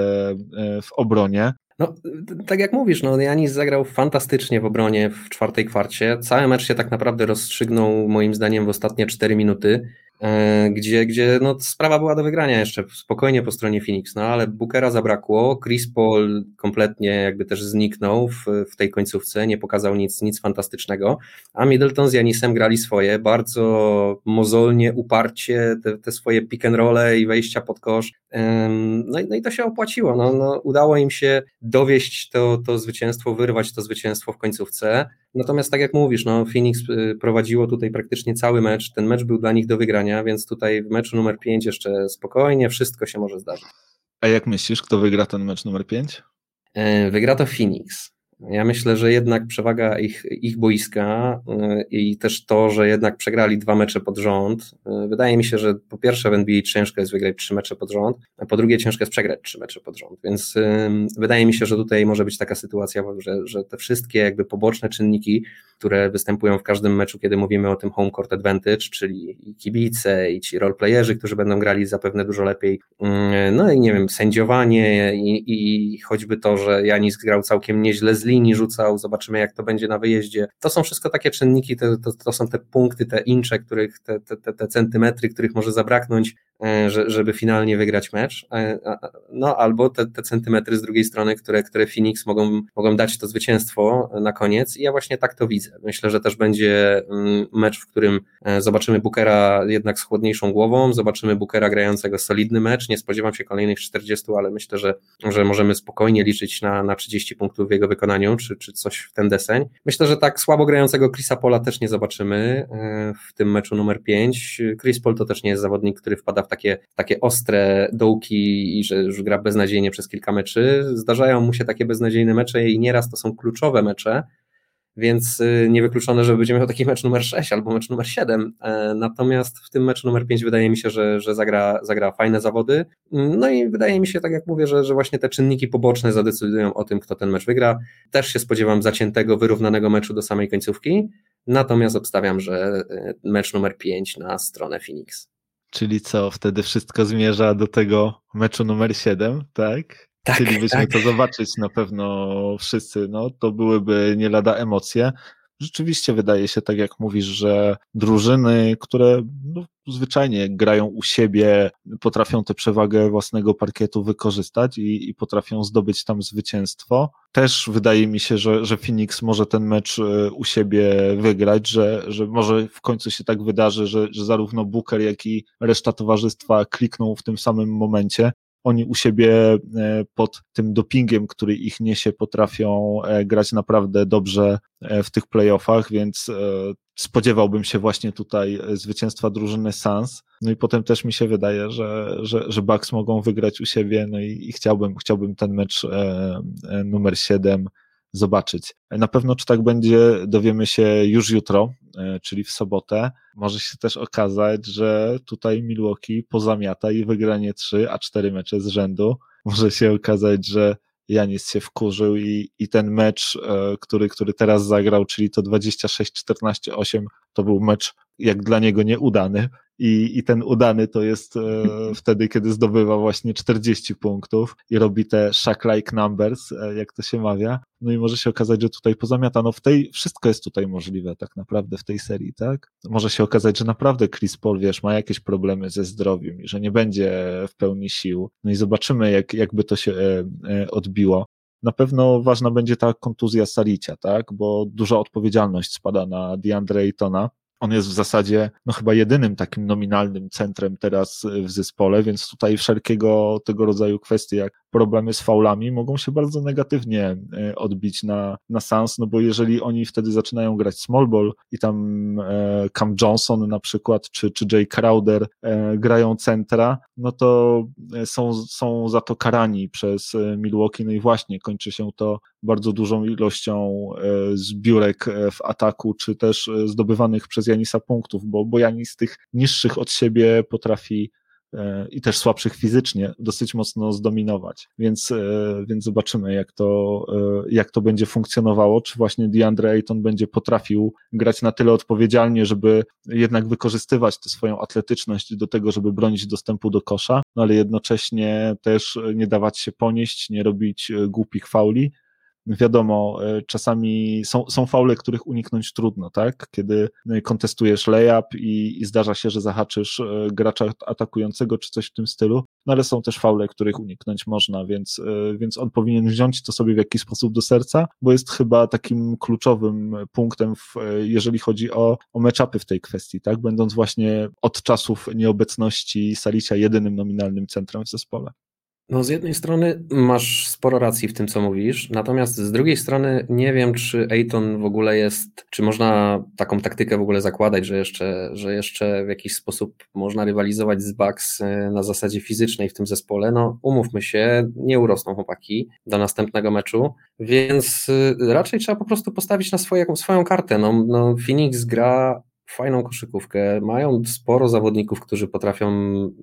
w obronie. No, tak jak mówisz, no Janis zagrał fantastycznie w obronie w czwartej kwarcie. Cały mecz się tak naprawdę rozstrzygnął moim zdaniem w ostatnie cztery minuty, gdzie, gdzie no, sprawa była do wygrania jeszcze spokojnie po stronie Phoenix, no ale Bookera zabrakło, Chris Paul kompletnie jakby też zniknął w, w tej końcówce, nie pokazał nic, nic fantastycznego, a Middleton z Janisem grali swoje, bardzo mozolnie, uparcie, te, te swoje pick and rolle i wejścia pod kosz, no i, no i to się opłaciło, no, no, udało im się dowieść to, to zwycięstwo, wyrwać to zwycięstwo w końcówce. Natomiast tak jak mówisz, no Phoenix prowadziło tutaj praktycznie cały mecz, ten mecz był dla nich do wygrania, więc tutaj w meczu numer pięć jeszcze spokojnie, wszystko się może zdarzyć. A jak myślisz, kto wygra ten mecz numer pięć? Wygra to Phoenix. Ja myślę, że jednak przewaga ich, ich boiska yy, i też to, że jednak przegrali dwa mecze pod rząd, yy, wydaje mi się, że po pierwsze w N B A ciężko jest wygrać trzy mecze pod rząd, a po drugie ciężko jest przegrać trzy mecze pod rząd, więc yy, wydaje mi się, że tutaj może być taka sytuacja, że, że te wszystkie jakby poboczne czynniki, które występują w każdym meczu, kiedy mówimy o tym home court advantage, czyli i kibice, i ci roleplayerzy, którzy będą grali zapewne dużo lepiej, yy, no i nie wiem, sędziowanie i, i choćby to, że Janis grał całkiem nieźle z linii, rzucał, zobaczymy jak to będzie na wyjeździe. To są wszystko takie czynniki, to, to, to są te punkty, te incze, których, te, te, te centymetry, których może zabraknąć, że, żeby finalnie wygrać mecz, no albo te, te centymetry z drugiej strony, które, które Phoenix mogą, mogą dać to zwycięstwo na koniec i ja właśnie tak to widzę. Myślę, że też będzie mecz, w którym zobaczymy Bookera jednak z chłodniejszą głową, zobaczymy Bookera grającego solidny mecz, nie spodziewam się kolejnych czterdziestu, ale myślę, że, że możemy spokojnie liczyć na, na trzydzieści punktów w jego wykonaniu, czy, czy coś w ten deseń. Myślę, że tak słabo grającego Chrisa Paula też nie zobaczymy w tym meczu numer pięć. Chris Paul to też nie jest zawodnik, który wpada w takie, takie ostre dołki i że już gra beznadziejnie przez kilka meczy. Zdarzają mu się takie beznadziejne mecze i nieraz to są kluczowe mecze, więc niewykluczone, że będziemy miał taki mecz numer sześć albo mecz numer siedem, natomiast w tym meczu numer pięć wydaje mi się, że, że zagra, zagra fajne zawody, no i wydaje mi się, tak jak mówię, że, że właśnie te czynniki poboczne zadecydują o tym, kto ten mecz wygra. Też się spodziewam zaciętego, wyrównanego meczu do samej końcówki, natomiast obstawiam, że mecz numer pięć na stronę Phoenix. Czyli co, wtedy wszystko zmierza do tego meczu numer siedem, tak? Tak, Chcielibyśmy tak. to zobaczyć na pewno wszyscy, no to byłyby nie lada emocje. Rzeczywiście wydaje się, tak jak mówisz, że drużyny, które no, zwyczajnie grają u siebie, potrafią tę przewagę własnego parkietu wykorzystać i, i potrafią zdobyć tam zwycięstwo. Też wydaje mi się, że, że Phoenix może ten mecz u siebie wygrać, że, że może w końcu się tak wydarzy, że, że zarówno Booker, jak i reszta towarzystwa klikną w tym samym momencie. Oni u siebie pod tym dopingiem, który ich niesie, potrafią grać naprawdę dobrze w tych playoffach, więc spodziewałbym się właśnie tutaj zwycięstwa drużyny Suns. No i potem też mi się wydaje, że, że, że Bucks mogą wygrać u siebie, no i, i chciałbym, chciałbym ten mecz numer siedem zobaczyć. Na pewno, czy tak będzie, dowiemy się już jutro, czyli w sobotę. Może się też okazać, że tutaj Milwaukee pozamiata i wygra nie trzy, a cztery mecze z rzędu. Może się okazać, że Janis się wkurzył i, i ten mecz, który, który teraz zagrał, czyli to dwadzieścia sześć czternaście osiem, to był mecz jak dla niego nieudany. I, i ten udany to jest e, wtedy, kiedy zdobywa właśnie czterdzieści punktów i robi te Shaq-like numbers, e, jak to się mawia. No i może się okazać, że tutaj pozamiata. No w tej, wszystko jest tutaj możliwe tak naprawdę w tej serii, tak? Może się okazać, że naprawdę Chris Paul, wiesz, ma jakieś problemy ze zdrowiem i że nie będzie w pełni sił. No i zobaczymy, jak, jakby to się e, e, odbiło. Na pewno ważna będzie ta kontuzja Saricia, tak? Bo duża odpowiedzialność spada na DeAndre Aytona. On jest w zasadzie no chyba jedynym takim nominalnym centrem teraz w zespole, więc tutaj wszelkiego tego rodzaju kwestie jak problemy z faulami mogą się bardzo negatywnie odbić na, na Suns, no bo jeżeli oni wtedy zaczynają grać small ball i tam e, Cam Johnson na przykład, czy, czy Jay Crowder e, grają centra, no to są, są za to karani przez Milwaukee, no i właśnie kończy się to bardzo dużą ilością e, zbiórek w ataku, czy też zdobywanych przez Janisa punktów, bo, bo Janis tych niższych od siebie potrafi i też słabszych fizycznie dosyć mocno zdominować, więc, więc zobaczymy jak to, jak to będzie funkcjonowało, czy właśnie DeAndre Ayton będzie potrafił grać na tyle odpowiedzialnie, żeby jednak wykorzystywać tę swoją atletyczność do tego, żeby bronić dostępu do kosza, no ale jednocześnie też nie dawać się ponieść, nie robić głupich fauli. Wiadomo, czasami są, są faule, których uniknąć trudno, tak? Kiedy kontestujesz layup i, i zdarza się, że zahaczysz gracza atakującego czy coś w tym stylu, no ale są też faule, których uniknąć można, więc, więc on powinien wziąć to sobie w jakiś sposób do serca, bo jest chyba takim kluczowym punktem, w, jeżeli chodzi o, o match-upy w tej kwestii, tak? Będąc właśnie od czasów nieobecności Saricia jedynym nominalnym centrem w zespole. No z jednej strony masz sporo racji w tym, co mówisz, natomiast z drugiej strony nie wiem, czy Ayton w ogóle jest, czy można taką taktykę w ogóle zakładać, że jeszcze, że jeszcze w jakiś sposób można rywalizować z Bucks na zasadzie fizycznej w tym zespole. No umówmy się, nie urosną chłopaki do następnego meczu, więc raczej trzeba po prostu postawić na swoje, swoją kartę. No, no Phoenix gra fajną koszykówkę, mają sporo zawodników, którzy potrafią,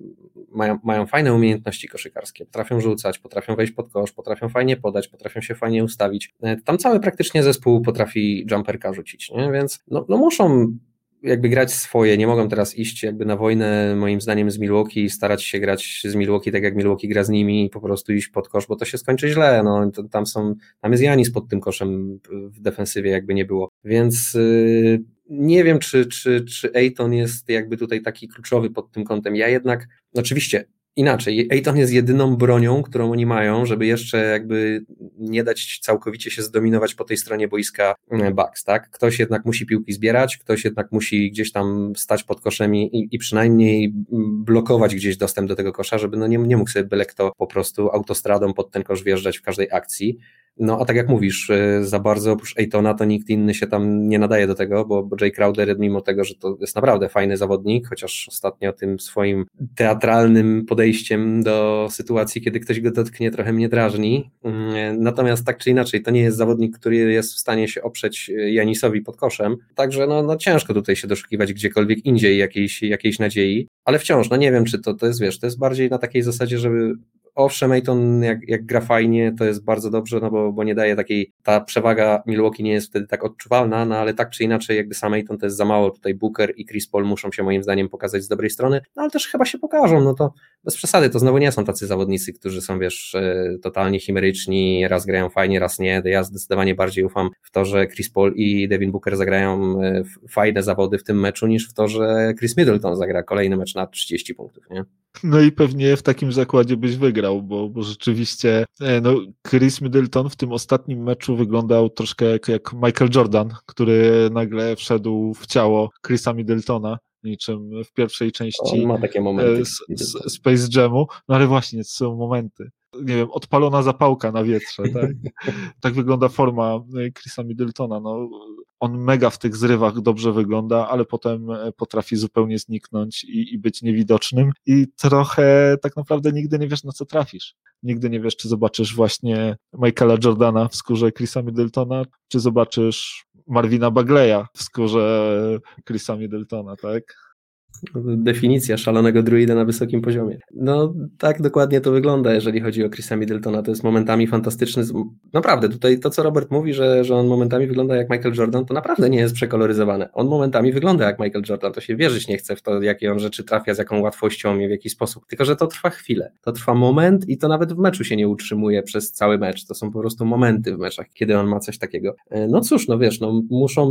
mają, mają fajne umiejętności koszykarskie, potrafią rzucać, potrafią wejść pod kosz, potrafią fajnie podać, potrafią się fajnie ustawić. Tam cały praktycznie zespół potrafi jumperka rzucić, nie? Więc no, no muszą jakby grać swoje, nie mogą teraz iść jakby na wojnę moim zdaniem z Milwaukee i starać się grać z Milwaukee tak jak Milwaukee gra z nimi i po prostu iść pod kosz, bo to się skończy źle, no tam są, tam jest Giannis pod tym koszem w defensywie jakby nie było, więc yy, nie wiem czy, czy, czy Ayton jest jakby tutaj taki kluczowy pod tym kątem, ja jednak, oczywiście inaczej, Ayton jest jedyną bronią, którą oni mają, żeby jeszcze jakby nie dać całkowicie się zdominować po tej stronie boiska Bucks, tak? Ktoś jednak musi piłki zbierać, ktoś jednak musi gdzieś tam stać pod koszem i, i przynajmniej blokować gdzieś dostęp do tego kosza, żeby no nie, nie mógł sobie byle kto po prostu autostradą pod ten kosz wjeżdżać w każdej akcji. No a tak jak mówisz, za bardzo oprócz Aytona to nikt inny się tam nie nadaje do tego, bo, bo Jay Crowder, mimo tego, że to jest naprawdę fajny zawodnik, chociaż ostatnio tym swoim teatralnym podejściem do sytuacji, kiedy ktoś go dotknie, trochę mnie drażni. Natomiast tak czy inaczej, to nie jest zawodnik, który jest w stanie się oprzeć Janisowi pod koszem, także no, no ciężko tutaj się doszukiwać gdziekolwiek indziej jakiejś, jakiejś nadziei, ale wciąż, no nie wiem, czy to, to jest, wiesz, to jest bardziej na takiej zasadzie, żeby owszem, Ayton jak, jak gra fajnie, to jest bardzo dobrze, no bo, bo nie daje takiej, ta przewaga Milwaukee nie jest wtedy tak odczuwalna, no ale tak czy inaczej jakby sam Ayton to jest za mało, tutaj Booker i Chris Paul muszą się moim zdaniem pokazać z dobrej strony, no ale też chyba się pokażą, no to bez przesady, to znowu nie są tacy zawodnicy, którzy są wiesz, totalnie chimeryczni, raz grają fajnie, raz nie, ja zdecydowanie bardziej ufam w to, że Chris Paul i Devin Booker zagrają fajne zawody w tym meczu, niż w to, że Chris Middleton zagra kolejny mecz na trzydzieści punktów, nie? No i pewnie w takim zakładzie byś wygrał, bo, bo rzeczywiście no, Chris Middleton w tym ostatnim meczu wyglądał troszkę jak, jak Michael Jordan, który nagle wszedł w ciało Chrisa Middletona, niczym w pierwszej części On ma takie momenty, Space Jamu, no ale właśnie są momenty. Nie wiem, odpalona zapałka na wietrze, tak? Tak wygląda forma Chrisa Middletona. No, on mega w tych zrywach dobrze wygląda, ale potem potrafi zupełnie zniknąć i, i być niewidocznym i trochę tak naprawdę nigdy nie wiesz, na co trafisz. Nigdy nie wiesz, czy zobaczysz właśnie Michaela Jordana w skórze Chrisa Middletona, czy zobaczysz Marvina Bagleya w skórze Chrisa Middletona, tak? Definicja szalonego druida na wysokim poziomie. No tak dokładnie to wygląda, jeżeli chodzi o Chrisa Middletona, to jest momentami fantastyczny, naprawdę tutaj to co Robert mówi, że, że on momentami wygląda jak Michael Jordan, to naprawdę nie jest przekoloryzowane, on momentami wygląda jak Michael Jordan, to się wierzyć nie chce w to, jakie on rzeczy trafia, z jaką łatwością i w jaki sposób, tylko że to trwa chwilę, to trwa moment i to nawet w meczu się nie utrzymuje przez cały mecz, to są po prostu momenty w meczach, kiedy on ma coś takiego. No cóż, no wiesz, no muszą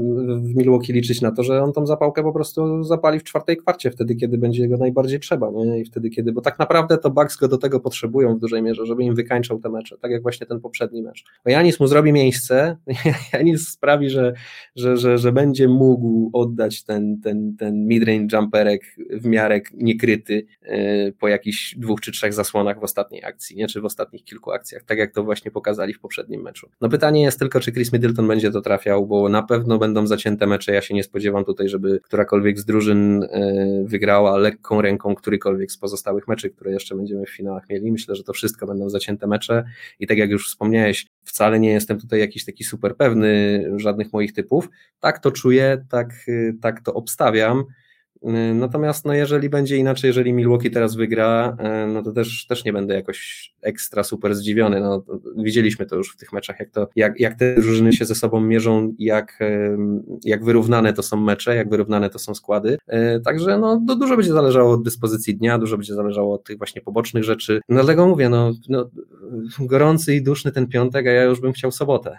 w Milwaukee liczyć na to, że on tą zapałkę po prostu zapali w czwartej kwarcie, wtedy kiedy będzie go najbardziej trzeba, nie? I wtedy kiedy, bo tak naprawdę to Bucks go do tego potrzebują w dużej mierze, żeby im wykańczał te mecze, tak jak właśnie ten poprzedni mecz. Bo Giannis mu zrobi miejsce, Giannis sprawi, że, że, że, że będzie mógł oddać ten, ten, ten midrange jumperek w miarę niekryty yy, po jakichś dwóch czy trzech zasłonach w ostatniej akcji, nie? Czy w ostatnich kilku akcjach, tak jak to właśnie pokazali w poprzednim meczu. No pytanie jest tylko, czy Chris Middleton będzie to trafiał, bo na pewno będą zacięte mecze, ja się nie spodziewam tutaj, żeby którakolwiek z drużyn yy, wygrała lekką ręką którykolwiek z pozostałych meczy, które jeszcze będziemy w finałach mieli. Myślę, że to wszystko będą zacięte mecze i tak jak już wspomniałeś, wcale nie jestem tutaj jakiś taki super pewny żadnych moich typów. Tak to czuję, tak, tak to obstawiam. Natomiast no jeżeli będzie inaczej, jeżeli Milwaukee teraz wygra, no to też, też nie będę jakoś ekstra super zdziwiony. No, widzieliśmy to już w tych meczach, jak, to, jak, jak te drużyny się ze sobą mierzą, jak, jak wyrównane to są mecze, jak wyrównane to są składy. Także no, to dużo będzie zależało od dyspozycji dnia, dużo będzie zależało od tych właśnie pobocznych rzeczy. No, dlatego mówię, no, no gorący i duszny ten piątek, a ja już bym chciał sobotę.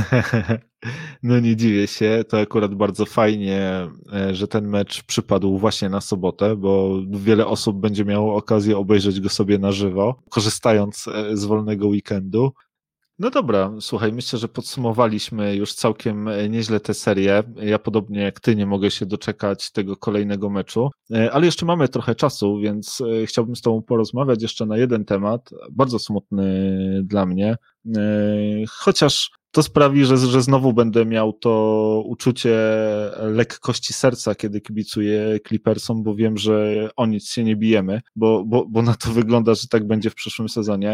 No nie dziwię się, to akurat bardzo fajnie, że ten mecz przypadł właśnie na sobotę, bo wiele osób będzie miało okazję obejrzeć go sobie na żywo, korzystając z wolnego weekendu. No dobra, słuchaj, myślę, że podsumowaliśmy już całkiem nieźle tę serię. Ja podobnie jak ty nie mogę się doczekać tego kolejnego meczu, ale jeszcze mamy trochę czasu, więc chciałbym z tobą porozmawiać jeszcze na jeden temat, bardzo smutny dla mnie, chociaż to sprawi, że, że znowu będę miał to uczucie lekkości serca, kiedy kibicuję Clippersom, bo wiem, że o nic się nie bijemy, bo, bo, bo na to wygląda, że tak będzie w przyszłym sezonie.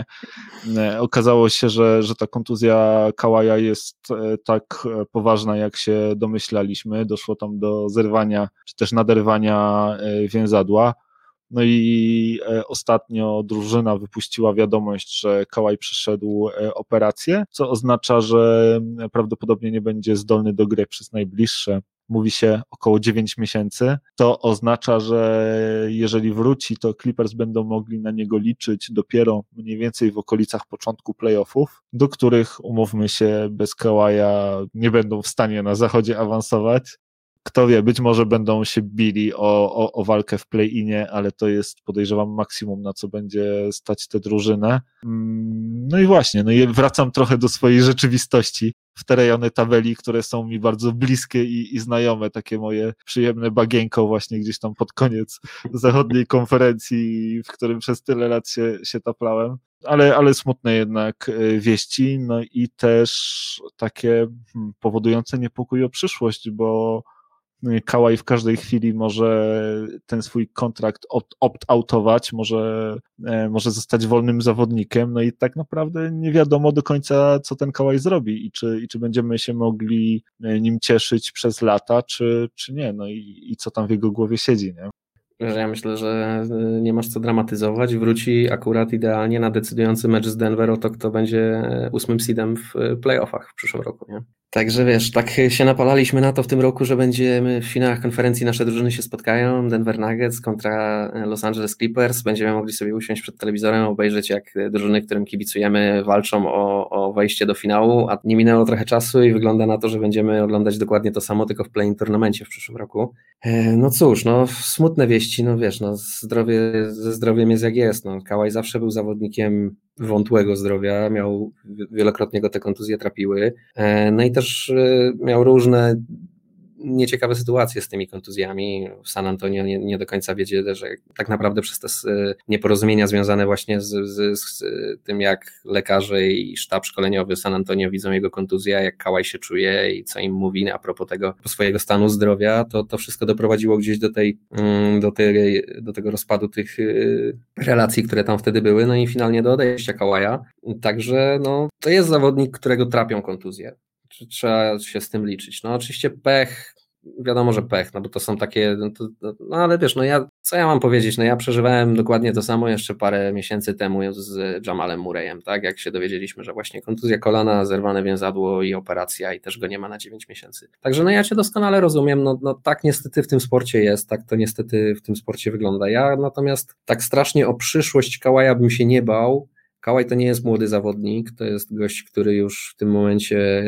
Okazało się, że, że ta kontuzja Kawaja jest tak poważna, jak się domyślaliśmy. Doszło tam do zerwania, czy też naderwania więzadła. No i ostatnio drużyna wypuściła wiadomość, że Kawhi przeszedł operację, co oznacza, że prawdopodobnie nie będzie zdolny do gry przez najbliższe, mówi się, około dziewięć miesięcy. To oznacza, że jeżeli wróci, to Clippers będą mogli na niego liczyć dopiero mniej więcej w okolicach początku playoffów, do których, umówmy się, bez Kawaja nie będą w stanie na zachodzie awansować. Kto wie, być może będą się bili o, o, o walkę w play-inie, ale to jest, podejrzewam, maksimum, na co będzie stać tę drużynę. No i właśnie, no i wracam trochę do swojej rzeczywistości, w te rejony tabeli, które są mi bardzo bliskie i, i znajome, takie moje przyjemne bagienko właśnie gdzieś tam pod koniec zachodniej konferencji, w którym przez tyle lat się, się taplałem. Ale, ale smutne jednak wieści, no i też takie hmm, powodujące niepokój o przyszłość, bo Kawhi w każdej chwili może ten swój kontrakt opt-outować, może, może zostać wolnym zawodnikiem, no i tak naprawdę nie wiadomo do końca, co ten Kawhi zrobi i czy, i czy będziemy się mogli nim cieszyć przez lata, czy, czy nie, no i, i co tam w jego głowie siedzi, nie? Że ja myślę, że nie masz co dramatyzować, wróci akurat idealnie na decydujący mecz z Denver o to, kto będzie ósmym seedem w playoffach w przyszłym roku, nie? Także wiesz, tak się napalaliśmy na to w tym roku, że będziemy w finałach konferencji, nasze drużyny się spotkają, Denver Nuggets kontra Los Angeles Clippers, będziemy mogli sobie usiąść przed telewizorem, obejrzeć jak drużyny, którym kibicujemy, walczą o, o wejście do finału, a nie minęło trochę czasu i wygląda na to, że będziemy oglądać dokładnie to samo, tylko w play-in turnamencie w przyszłym roku. No cóż, no smutne wieści, no wiesz, no zdrowie, ze zdrowiem jest jak jest, no Kawhi zawsze był zawodnikiem wątłego zdrowia, miał, wielokrotnie go te kontuzje trapiły, no i też miał różne nieciekawe sytuacje z tymi kontuzjami. W San Antonio nie, nie do końca wiedzieli, że tak naprawdę przez te nieporozumienia związane właśnie z, z, z tym, jak lekarze i sztab szkoleniowy San Antonio widzą jego kontuzję, jak Kawhi się czuje i co im mówi a propos tego swojego stanu zdrowia, to, to wszystko doprowadziło gdzieś do tej, do tej, do tego rozpadu tych relacji, które tam wtedy były, no i finalnie do odejścia Kawhi'a. Także no, to jest zawodnik, którego trapią kontuzje. Trzeba się z tym liczyć. No oczywiście pech, wiadomo, że pech, no bo to są takie, no, to, no ale wiesz, no ja, co ja mam powiedzieć, no ja przeżywałem dokładnie to samo jeszcze parę miesięcy temu z Jamalem Murrayem, tak, jak się dowiedzieliśmy, że właśnie kontuzja kolana, zerwane więzadło i operacja i też go nie ma na dziewięć miesięcy. Także no ja cię doskonale rozumiem, no, no tak niestety w tym sporcie jest, tak to niestety w tym sporcie wygląda. Ja natomiast tak strasznie o przyszłość Kawhi'a bym się nie bał. Kawhi to nie jest młody zawodnik, to jest gość, który już w tym momencie,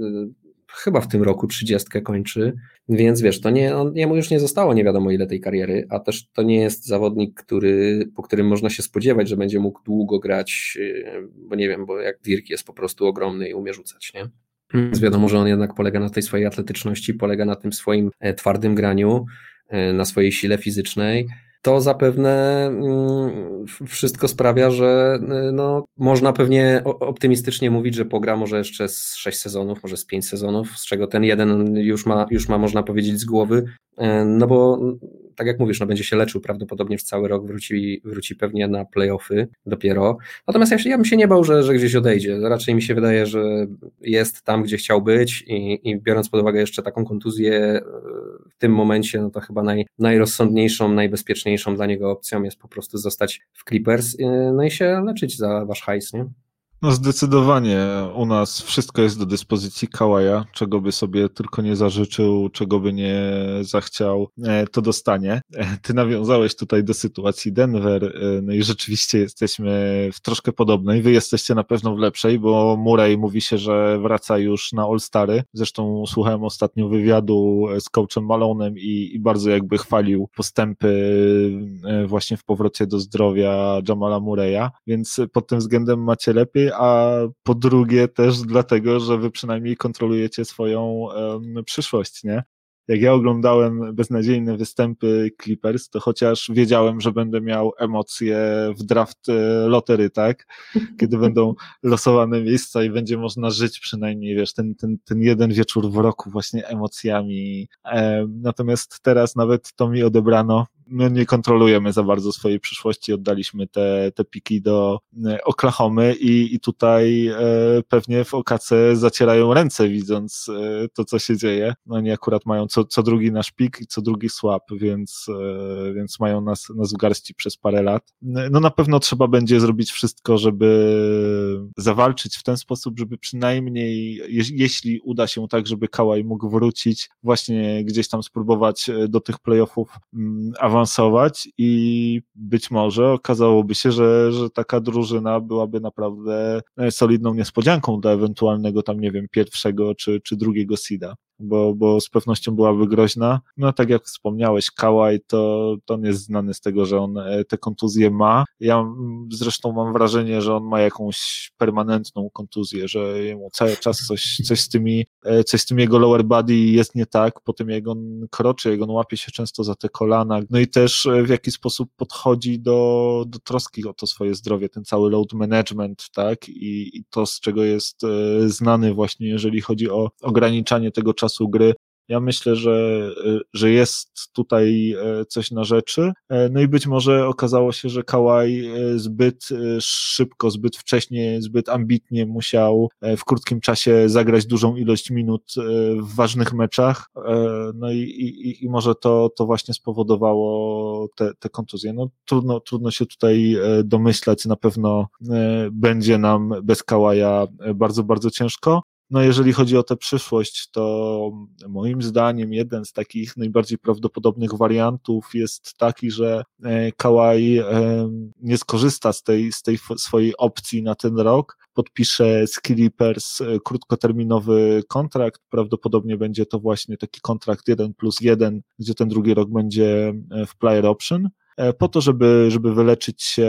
chyba w tym roku trzydziestkę kończy, więc wiesz, to nie, on, jemu już nie zostało nie wiadomo ile tej kariery, a też to nie jest zawodnik, który, po którym można się spodziewać, że będzie mógł długo grać, bo nie wiem, bo jak Dirk jest po prostu ogromny i umie rzucać, nie? Więc wiadomo, że on jednak polega na tej swojej atletyczności, polega na tym swoim twardym graniu, na swojej sile fizycznej. To zapewne wszystko sprawia, że no, można pewnie optymistycznie mówić, że pogra może jeszcze z sześć sezonów, może z pięć sezonów, z czego ten jeden już ma, już ma można powiedzieć z głowy, no bo tak jak mówisz, no będzie się leczył prawdopodobnie w cały rok, wróci, wróci pewnie na play-offy dopiero. Natomiast ja, się, ja bym się nie bał, że, że gdzieś odejdzie. Raczej mi się wydaje, że jest tam, gdzie chciał być i, i biorąc pod uwagę jeszcze taką kontuzję w tym momencie, no to chyba naj, najrozsądniejszą, najbezpieczniejszą dla niego opcją jest po prostu zostać w Clippers, no i się leczyć za wasz hajs, nie? No zdecydowanie u nas wszystko jest do dyspozycji Kawhi'a, czego by sobie tylko nie zażyczył, czego by nie zachciał, to dostanie. Ty nawiązałeś tutaj do sytuacji Denver, no i rzeczywiście jesteśmy w troszkę podobnej, wy jesteście na pewno w lepszej, bo Murray mówi się, że wraca już na All-Stary, zresztą słuchałem ostatnio wywiadu z coachem Malonem i, i bardzo jakby chwalił postępy właśnie w powrocie do zdrowia Jamala Murray'a, więc pod tym względem macie lepiej. bardziej, a po drugie też dlatego, że wy przynajmniej kontrolujecie swoją um, przyszłość, nie? Jak ja oglądałem beznadziejne występy Clippers, to chociaż wiedziałem, że będę miał emocje w draft lotery, tak? Kiedy będą losowane miejsca i będzie można żyć przynajmniej, wiesz, ten, ten, ten jeden wieczór w roku właśnie emocjami. Natomiast teraz nawet to mi odebrano. My nie kontrolujemy za bardzo swojej przyszłości, oddaliśmy te, te piki do Oklahomy i, i tutaj e, pewnie w O K C zacierają ręce, widząc e, to, co się dzieje. No oni akurat mają co, co drugi nasz pik i co drugi swap, więc, e, więc mają nas, nas w garści przez parę lat. No na pewno trzeba będzie zrobić wszystko, żeby zawalczyć w ten sposób, żeby przynajmniej, je, jeśli uda się tak, żeby Kawhi mógł wrócić, właśnie gdzieś tam spróbować do tych playoffów mm, awansować i być może okazałoby się, że, że taka drużyna byłaby naprawdę solidną niespodzianką dla ewentualnego tam, nie wiem, pierwszego czy, czy drugiego seeda. Bo, bo z pewnością byłaby groźna. No tak jak wspomniałeś, Kawhi to, to on jest znany z tego, że on te kontuzje ma. Ja zresztą mam wrażenie, że on ma jakąś permanentną kontuzję, że jemu cały czas coś, coś z tymi, coś z tym jego lower body jest nie tak, po tym jak on kroczy, jak on łapie się często za te kolana, no i też w jaki sposób podchodzi do, do troski o to swoje zdrowie, ten cały load management, tak, i, i to, z czego jest znany właśnie, jeżeli chodzi o ograniczanie tego czasu czasu gry. Ja myślę, że, że jest tutaj coś na rzeczy. No i być może okazało się, że Kawhi zbyt szybko, zbyt wcześnie, zbyt ambitnie musiał w krótkim czasie zagrać dużą ilość minut w ważnych meczach. No i, i, i może to, to właśnie spowodowało te, te kontuzje. No trudno, trudno się tutaj domyślać. Na pewno będzie nam bez Kawhi'a bardzo, bardzo ciężko. No jeżeli chodzi o tę przyszłość, to moim zdaniem jeden z takich najbardziej prawdopodobnych wariantów jest taki, że Kawhi nie skorzysta z tej, z tej swojej opcji na ten rok, podpisze z Clippers krótkoterminowy kontrakt, prawdopodobnie będzie to właśnie taki kontrakt jeden plus jeden, gdzie ten drugi rok będzie w player option, po to, żeby, żeby wyleczyć się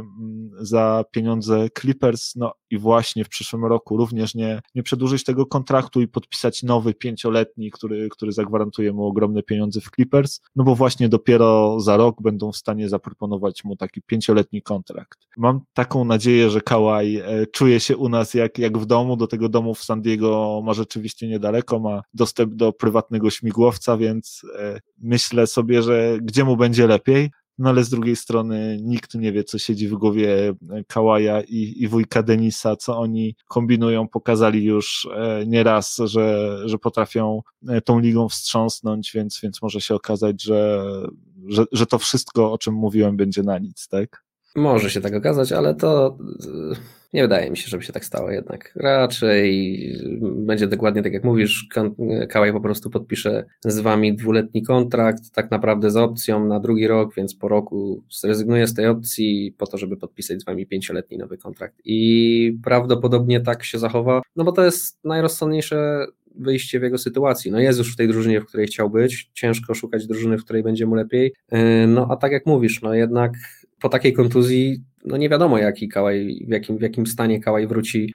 za pieniądze Clippers, no i właśnie w przyszłym roku również nie, nie przedłużyć tego kontraktu i podpisać nowy pięcioletni, który, który zagwarantuje mu ogromne pieniądze w Clippers, no bo właśnie dopiero za rok będą w stanie zaproponować mu taki pięcioletni kontrakt. Mam taką nadzieję, że Kawhi czuje się u nas jak, jak w domu, do tego domu w San Diego ma rzeczywiście niedaleko, ma dostęp do prywatnego śmigłowca, więc myślę sobie, że gdzie mu będzie lepiej. No ale z drugiej strony nikt nie wie, co siedzi w głowie Kawhi'a i, i wujka Denisa, co oni kombinują, pokazali już nieraz, że, że potrafią tą ligą wstrząsnąć, więc, więc może się okazać, że, że, że to wszystko, o czym mówiłem, będzie na nic, tak? Może się tak okazać, ale to nie wydaje mi się, żeby się tak stało jednak. Raczej będzie dokładnie tak jak mówisz, Kawhi po prostu podpisze z wami dwuletni kontrakt, tak naprawdę z opcją na drugi rok, więc po roku zrezygnuje z tej opcji po to, żeby podpisać z wami pięcioletni nowy kontrakt. I prawdopodobnie tak się zachowa, no bo to jest najrozsądniejsze wyjście w jego sytuacji. No jest już w tej drużynie, w której chciał być, ciężko szukać drużyny, w której będzie mu lepiej. No a tak jak mówisz, no jednak po takiej kontuzji, no nie wiadomo jaki Kawhi, w jakim, w jakim stanie Kawhi wróci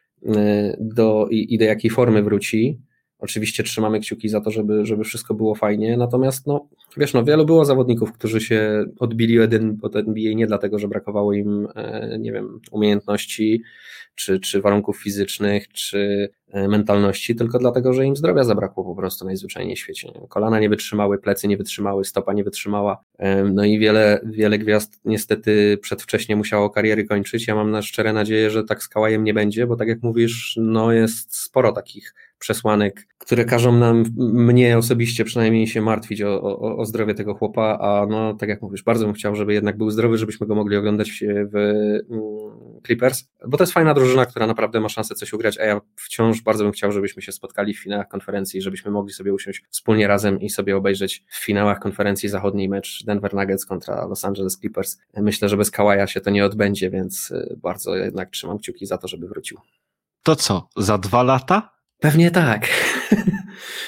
do, i, i do jakiej formy wróci. Oczywiście trzymamy kciuki za to, żeby, żeby wszystko było fajnie, natomiast no wiesz, no wielu było zawodników, którzy się odbili od N B A nie dlatego, że brakowało im, nie wiem, umiejętności, czy, czy warunków fizycznych, czy mentalności, tylko dlatego, że im zdrowia zabrakło po prostu najzwyczajniej w świecie. Kolana nie wytrzymały, plecy nie wytrzymały, stopa nie wytrzymała, no i wiele, wiele gwiazd niestety przedwcześnie musiało kariery kończyć. Ja mam na szczere nadzieję, że tak z Kawhi'em nie będzie, bo tak jak mówisz, no jest sporo takich przesłanek, które każą nam, mnie osobiście przynajmniej się martwić o, o, o zdrowie tego chłopa, a no tak jak mówisz, bardzo bym chciał, żeby jednak był zdrowy, żebyśmy go mogli oglądać w Clippers, bo to jest fajna drużyna, która naprawdę ma szansę coś ugrać, a ja wciąż bardzo bym chciał, żebyśmy się spotkali w finałach konferencji, żebyśmy mogli sobie usiąść wspólnie razem i sobie obejrzeć w finałach konferencji zachodniej mecz Denver Nuggets kontra Los Angeles Clippers. Myślę, że bez Kawhi'a się to nie odbędzie, więc bardzo jednak trzymam kciuki za to, żeby wrócił. To co, za dwa lata? Pewnie tak.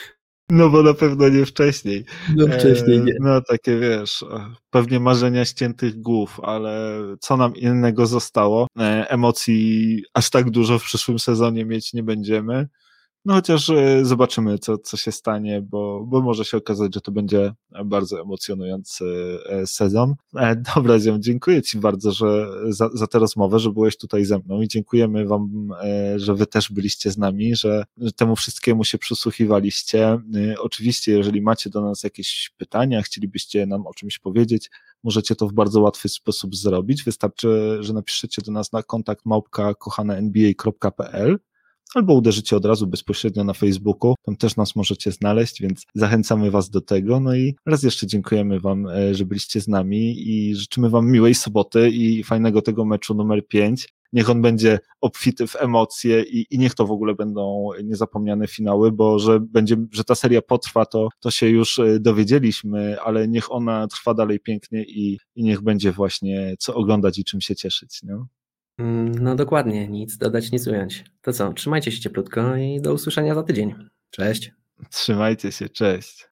No bo na pewno nie wcześniej. No wcześniej E, nie. no takie wiesz, e, pewnie marzenia ściętych głów, ale co nam innego zostało? E, emocji aż tak dużo w przyszłym sezonie mieć nie będziemy. No chociaż e, zobaczymy, co, co się stanie, bo, bo może się okazać, że to będzie bardzo emocjonujący e, sezon. E, dobra, Ziom, dziękuję Ci bardzo że, za, za tę rozmowę, że byłeś tutaj ze mną i dziękujemy Wam, e, że Wy też byliście z nami, że, że temu wszystkiemu się przysłuchiwaliście. E, oczywiście, jeżeli macie do nas jakieś pytania, chcielibyście nam o czymś powiedzieć, możecie to w bardzo łatwy sposób zrobić. Wystarczy, że napiszecie do nas na kontakt małpka kochane n b a kropka p l albo uderzycie od razu bezpośrednio na Facebooku, tam też nas możecie znaleźć, więc zachęcamy Was do tego. No i raz jeszcze dziękujemy Wam, e, że byliście z nami i życzymy Wam miłej soboty i fajnego tego meczu numer pięć. Niech on będzie obfity w emocje i, i niech to w ogóle będą niezapomniane finały, bo że będzie, że ta seria potrwa, to, to się już e, dowiedzieliśmy, ale niech ona trwa dalej pięknie i, i niech będzie właśnie co oglądać i czym się cieszyć. No? No dokładnie, nic dodać, nic ująć. To co, trzymajcie się cieplutko i do usłyszenia za tydzień. Cześć. Trzymajcie się, cześć.